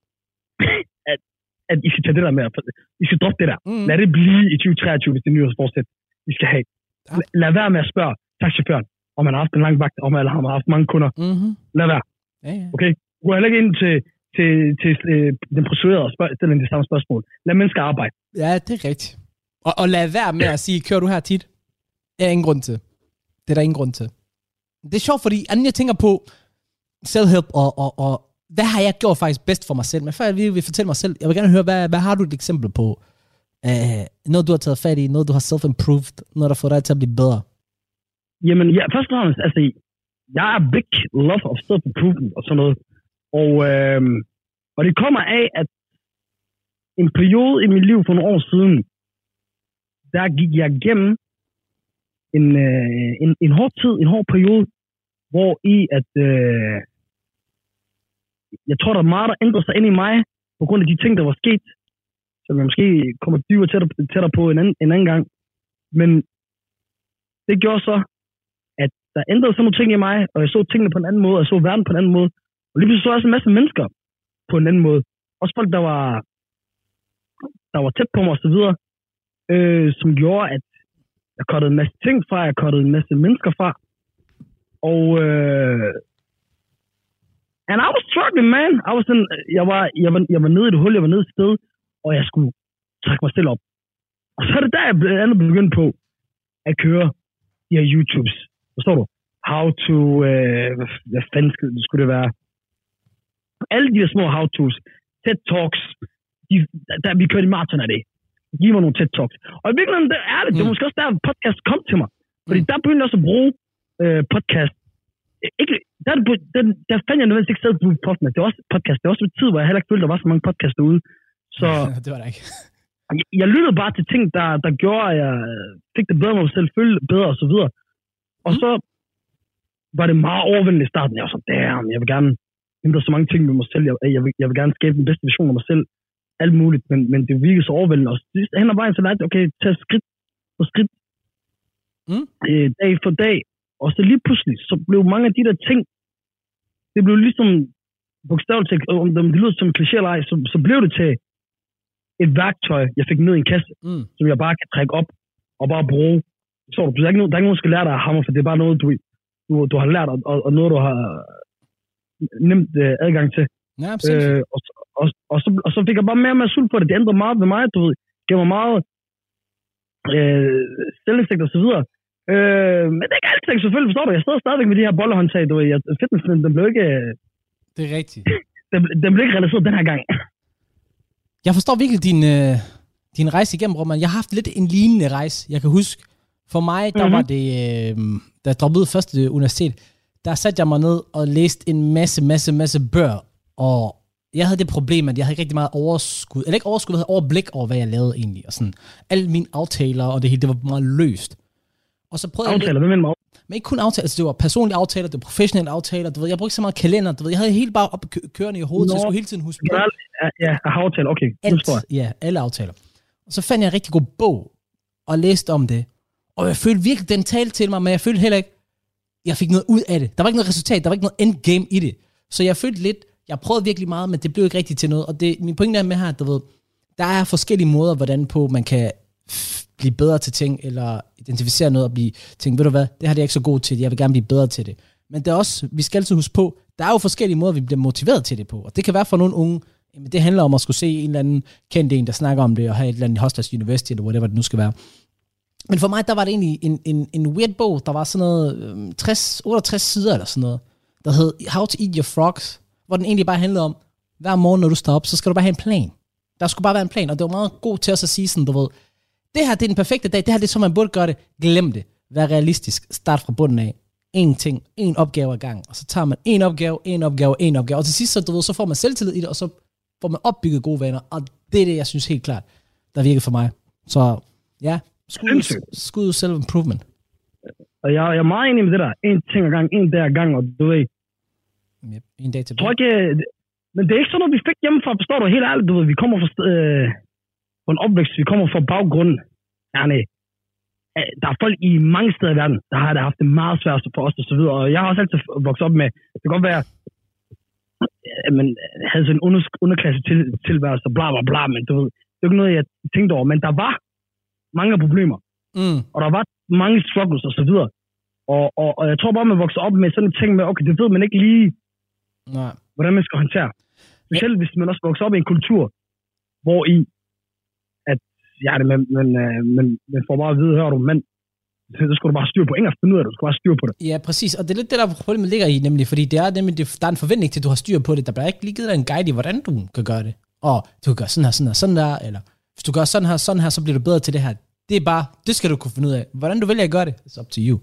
at, at I skal tage det der med, I skal droppe det der. Mm. Lad det blive i tyve treogtyve, hvis det er nyårsforsæt, I skal have. Ja. Lad være med at spørge taxichaufføren, om man har haft en lang vagt, om man har haft mange kunder. Mm-hmm. Lad være. Ja, ja. Okay? Du går heller ikke ind til, til, til øh, den prostituerede og stille det samme spørgsmål. Lad mennesker arbejde. Ja, det er rigtigt. Og, og lad være med at sige, kører du her tit? Det er ingen grund til. Det er der ingen grund til. Det er sjovt, fordi anden jeg tænker på self-help, og, og, og hvad har jeg gjort faktisk bedst for mig selv? Men før jeg vil fortælle mig selv, jeg vil gerne høre, hvad, hvad har du et eksempel på? Uh, noget, du har taget fat i, noget, du har self-improved, noget, der får dig til at blive bedre? Jamen, ja, først og fremmest, altså, jeg er big love of self-improvement og sådan noget. Og, øh, og det kommer af, at en periode i mit liv for nogle år siden, der gik jeg igennem en, øh, en, en hård tid, en hård periode, hvor i at, øh, jeg tror, der er meget, der ændrede sig ind i mig, på grund af de ting, der var sket, som jeg måske kommer dybere tættere, tættere på en anden, en anden gang. Men det gjorde så, at der ændrede sig nogle ting i mig, og jeg så tingene på en anden måde, og jeg så verden på en anden måde. Og lige pludselig så også en masse mennesker på en anden måde. Også folk, der var, der var tæt på mig og så videre, øh, som gjorde, at jeg kottede en masse ting fra, jeg kottede en masse mennesker fra. Og øh, and I was struggling, man. I was in, jeg, var, jeg, var, jeg var nede i et hul, jeg var nede et sted, og jeg skulle trække mig selv op. Og så er det der, jeg blandt andet begyndte på at køre de her YouTubes. Forstår du? How to, øh, hvad fanden skulle det være? Alle de der små how-tos, TED Talks, de, der, vi kørte i maraton af det. Giv mig nogle TED Talks. Og i virkeligheden, det er det. Mm. Det var måske også der, podcast kom til mig. Fordi mm. der begyndte jeg også at bruge øh, podcast. Ikke, der, der, der fandt jeg nødvendigvis ikke selv på podcast. Det var også podcast. Det var også en tid, hvor jeg heller ikke følte, der var så mange podcasts derude. Så det var der ikke. jeg, jeg lyttede bare til ting, der, der gjorde, at jeg fik det bedre med mig selv, følte bedre og så videre. Og mm. så var det meget overvældende i starten. Jeg var så, damn, jeg vil gerne ændre så mange ting med mig selv. Jeg, jeg, vil, jeg vil gerne skabe den bedste version af mig selv. Alt muligt, men, men det virkede så overvældende. Og så hen ad vejen, så lærte okay, tage skridt på skridt. Mm. Øh, dag for dag. Og så lige pludselig, så blev mange af de der ting, det blev ligesom, bogstaveligt talt, om det lyder som en kliché eller ej, så, så blev det til et værktøj, jeg fik ned i en kasse, mm. som jeg bare kan trække op og bare bruge. Så der er ikke nogen, der er ikke nogen, der skal lære dig af hammer, for det er bare noget, du, du, du har lært, og, og noget, du har nemt øh, adgang til. Ja, øh, og, og, og, så, og så fik jeg bare mere og mere sult på det. Det ændrede meget ved mig, du ved. Det gav mig meget øh, selvindsigt og så videre. Øh, men det er ikke altid, selvfølgelig, forstår du. Jeg står stadigvæk med de her bollehåndtag, du ved. Jeg, fitnessen, den blev ikke... Det er rigtigt. den, den blev ikke realiseret den her gang. Jeg forstår virkelig din, øh, din rejse igennem, Roman. Jeg har haft lidt en lignende rejse. Jeg kan huske, for mig, der mm-hmm. var det... Øh, da jeg droppede ud første universitet, der satte jeg mig ned og læste en masse, masse, masse bøger. Og jeg havde det problem, at jeg havde ikke rigtig meget overskud. Eller ikke overskud, jeg havde overblik over, hvad jeg lavede egentlig. Og sådan, alle mine aftaler og det hele, det var meget løst. Og så prøvede aftaler, jeg... Hvad mener du? Men ikke kun aftaler, altså det var personlige aftaler, det var professionelle aftaler, du ved, jeg brugte ikke så meget kalender, du ved, jeg havde helt bare op kørende i hovedet, Nå, så jeg skulle hele tiden huske på. Ja, ja, aftaler, okay. Alt, ja, alle aftaler. Og så fandt jeg en rigtig god bog, og læste om det, og jeg følte virkelig, den talte til mig, men jeg følte heller ikke, jeg fik noget ud af det. Der var ikke noget resultat, der var ikke noget endgame i det. Så jeg følte lidt, jeg prøvede virkelig meget, men det blev ikke rigtigt til noget, og det, min pointe er med her, du ved, der er forskellige måder, hvordan på man kan blive bedre til ting, eller identificere noget og blive tænkt, ved du hvad, det her det er ikke så god til, jeg vil gerne blive bedre til det. Men det er også, vi skal altid huske på, der er jo forskellige måder, vi bliver motiveret til det på. Og det kan være for nogle unge, jamen det handler om at skulle se en eller anden kendt en, der snakker om det, og have et eller andet Hustlers University, eller whatever det nu skal være. Men for mig, der var det egentlig en, en, en weird bog, der var sådan noget øhm, tres, otteogtres sider eller sådan noget, der hed How to Eat Your Frogs, hvor den egentlig bare handlede om, hver morgen, når du står op, så skal du bare have en plan. Der skulle bare være en plan, og det var meget god til os at sige sådan, du ved, det her, det er den perfekte dag, det her, det er så, man burde gøre det. Glem det. Vær realistisk. Start fra bunden af. En ting, en opgave ad gang, og så tager man en opgave, en opgave, en opgave, og til sidst, så, du ved, så får man selvtillid i det, og så får man opbygget gode vaner, og det er det, jeg synes helt klart, der virker for mig. Så ja, skud, skud self-improvement. Og jeg, jeg er meget enig med det der. En ting ad gang, en dag ad gang, og du ved. Yep, en dag tilbage. Tror ikke, men det er ikke sådan noget, vi fik hjemmefra, forstår du helt ærligt, du ved. Vi kommer fra øh, på en opvækst, vi kommer fra baggrunden. Ja, nej. Der er folk i mange steder i verden, der har det haft det meget svært for os og så videre. Og jeg har også altid vokset op med, det kan godt være, at man havde sådan en under, underklasse til, tilværelse, bla bla bla, men du ved, det er ikke noget, jeg tænkte over. Men der var mange problemer, mm. og der var mange struggles og så videre. Og, og, og jeg tror bare, man vokser op med sådan en ting med, okay, det ved man ikke lige, Nej. hvordan man skal håndtere. Specielt hvis man også vokser op i en kultur, hvor i, at ja, det, men, men, men, men får bare at vide, hører du, men så skal du bare styre på engelsk, finde ud af det, du skal bare styre på det. Ja, præcis, og det er lidt det, der problemet ligger i, nemlig, fordi det er nemlig, det, der er en forventning til, at du har styr på det, der bliver ikke lige givet dig en guide i, hvordan du kan gøre det. Og du kan gøre sådan her, sådan her, sådan der, eller hvis du gør sådan her, sådan her, så bliver du bedre til det her. Det er bare, det skal du kunne finde ud af. Hvordan du vælger at gøre det, it's up to you.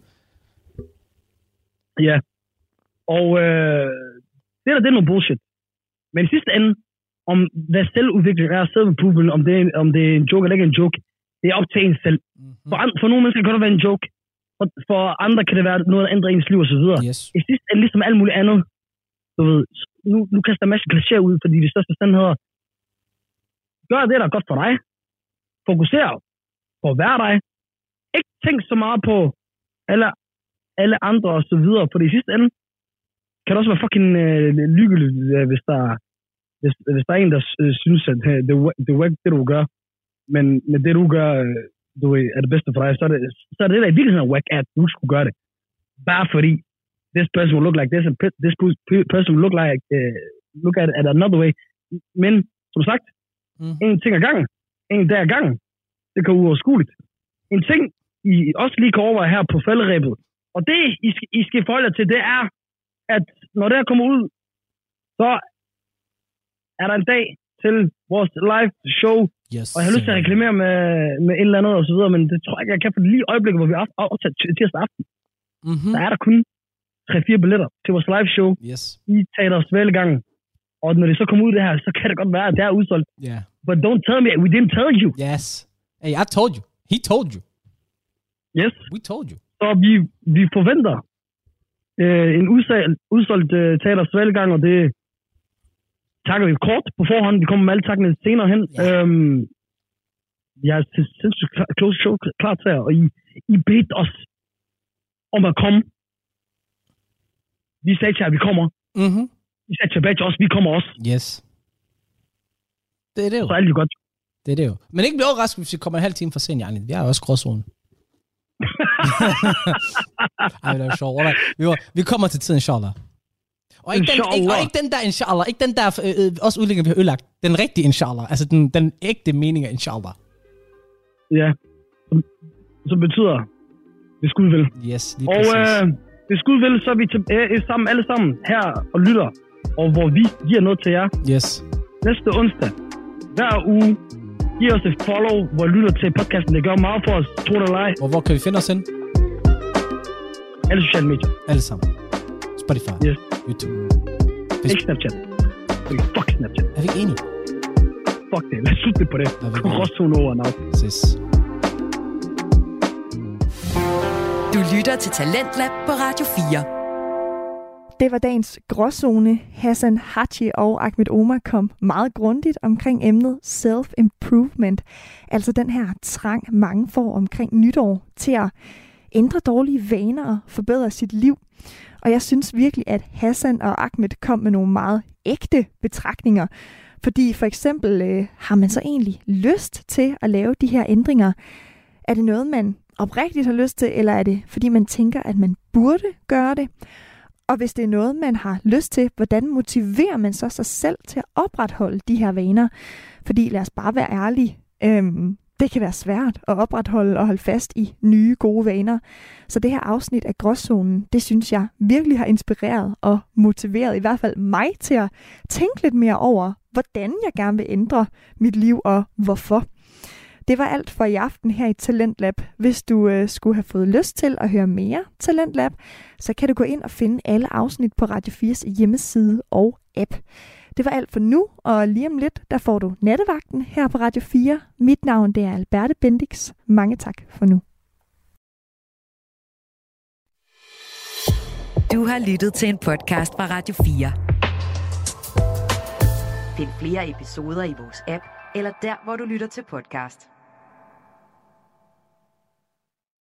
Ja, og øh, det der, det er noget bullshit. Men i sidste ende, om hvad selvudvikling er, self-improvement, om det, er, om det er en joke eller ikke en joke, det er op til en selv. Mm-hmm. For, for nogle mennesker kan det være en joke, for, for andre kan det være noget, der ændrer ens liv og så videre. Yes. I sidste ende, ligesom alt muligt andet, du ved, nu, nu kaster jeg en masse klichéer ud, fordi de største sandheder, gør det, der er godt for dig. Fokuser på at være dig. Ikke tænk så meget på alle, alle andre og så videre, for i sidste ende kan det også være fucking øh, lykkeligt, hvis der, hvis, hvis der er en, der øh, synes, at øh, det, det er ikke det, du gør, men, men det, du gør, øh, du er det bedste for dig, så er det, så er det, der i virkeligheden er whack, at du skulle gøre det. Bare fordi, this person will look like this, and this person will look like, uh, look at it at another way. Men, som sagt, mm. en ting ad gangen, en dag ad gangen, det kan uoverskueligt. En ting, I også lige kan overveje her på falderæbet, og det, I skal, I skal forholde jer til, det er, at når det her kommer ud, så er der en dag til vores live show, yes, og jeg har lyst til at reklamere med, med et eller andet og så videre, men det tror jeg ikke, jeg kan for lige i øjeblikket, hvor vi har aftaget tirsdag aften. Mm-hmm. Der er der kun tre-fire billetter til vores live show yes. i Teater Svalegangen. Og når det så kommer ud det her, så kan det godt være, at det er udsolgt. Yeah. But don't tell me, we didn't tell you. Yes. Hey, I told you. He told you. Yes. We told you. Så vi, vi forventer øh, en udsolgt, udsolgt øh, Teater Svalegang, og det takker vi kort på forhånd. Vi kommer med alle takkene senere hen. Yeah. Øhm, jeg er sindssygt close show klar til jer, og I, I bedte os om at komme. Vi sagde til jer, at vi kommer. Mhm. Vi sagde tilbage til os, vi kommer også. Yes. Det er det jo. Så er det godt. Det er det jo. Men ikke blive overrasket, hvis vi kommer en halv time for sent, Jarlin. Vi er jo også gråzonen. Ej, det er sjovt. Vi, vi kommer til tiden, inshallah. Og ikke, den, ikke, og ikke den der, inshallah. Ikke den der, øh, øh, også udlægning, vi har ødelagt. Den rigtige, inshallah. Altså den, den ægte mening af, inshallah. Ja. Som, som betyder, hvis Gud vil. Yes, lige og, præcis. Og øh, hvis Gud vil, så er vi til, øh, sammen, alle sammen her og lytter. Og hvor vi giver noget til jer. Yes. Næste onsdag, hver uge, giv os et follow, hvor I lytter til podcasten. Det gør meget for os, tro det eller ej. Og hvor kan vi finde os hen? Alle sociale medier. Alle sammen. Spotify. Yes. YouTube. Facebook. Ikke Snapchat. Fuck Snapchat. Er vi ikke enige? Fuck det. Lad os slutte på det. Gråzone over now. Ses. Du lytter til Talentlab på Radio fire. Det var dagens gråzone. Hassan Haji og Ahmed Omar kom meget grundigt omkring emnet self-improvement. Altså den her trang, mange får omkring nytår til at ændre dårlige vaner og forbedre sit liv. Og jeg synes virkelig, at Hassan og Ahmed kom med nogle meget ægte betragtninger. Fordi for eksempel, øh, har man så egentlig lyst til at lave de her ændringer? Er det noget, man oprigtigt har lyst til, eller er det, fordi man tænker, at man burde gøre det? Og hvis det er noget, man har lyst til, hvordan motiverer man så sig selv til at opretholde de her vaner? Fordi lad os bare være ærlige. Øhm, Det kan være svært at opretholde og holde fast i nye gode vaner. Så det her afsnit af Gråzonen, det synes jeg virkelig har inspireret og motiveret i hvert fald mig til at tænke lidt mere over, hvordan jeg gerne vil ændre mit liv og hvorfor. Det var alt for i aften her i Talentlab. Hvis du øh, skulle have fået lyst til at høre mere Talentlab, så kan du gå ind og finde alle afsnit på Radio fires hjemmeside og app. Det var alt for nu, og lige om lidt, der får du nattevagten her på Radio fire. Mit navn det er Alberte Bendix. Mange tak for nu. Du har lyttet til en podcast fra Radio fire. Find flere episoder i vores app, eller der, hvor du lytter til podcast.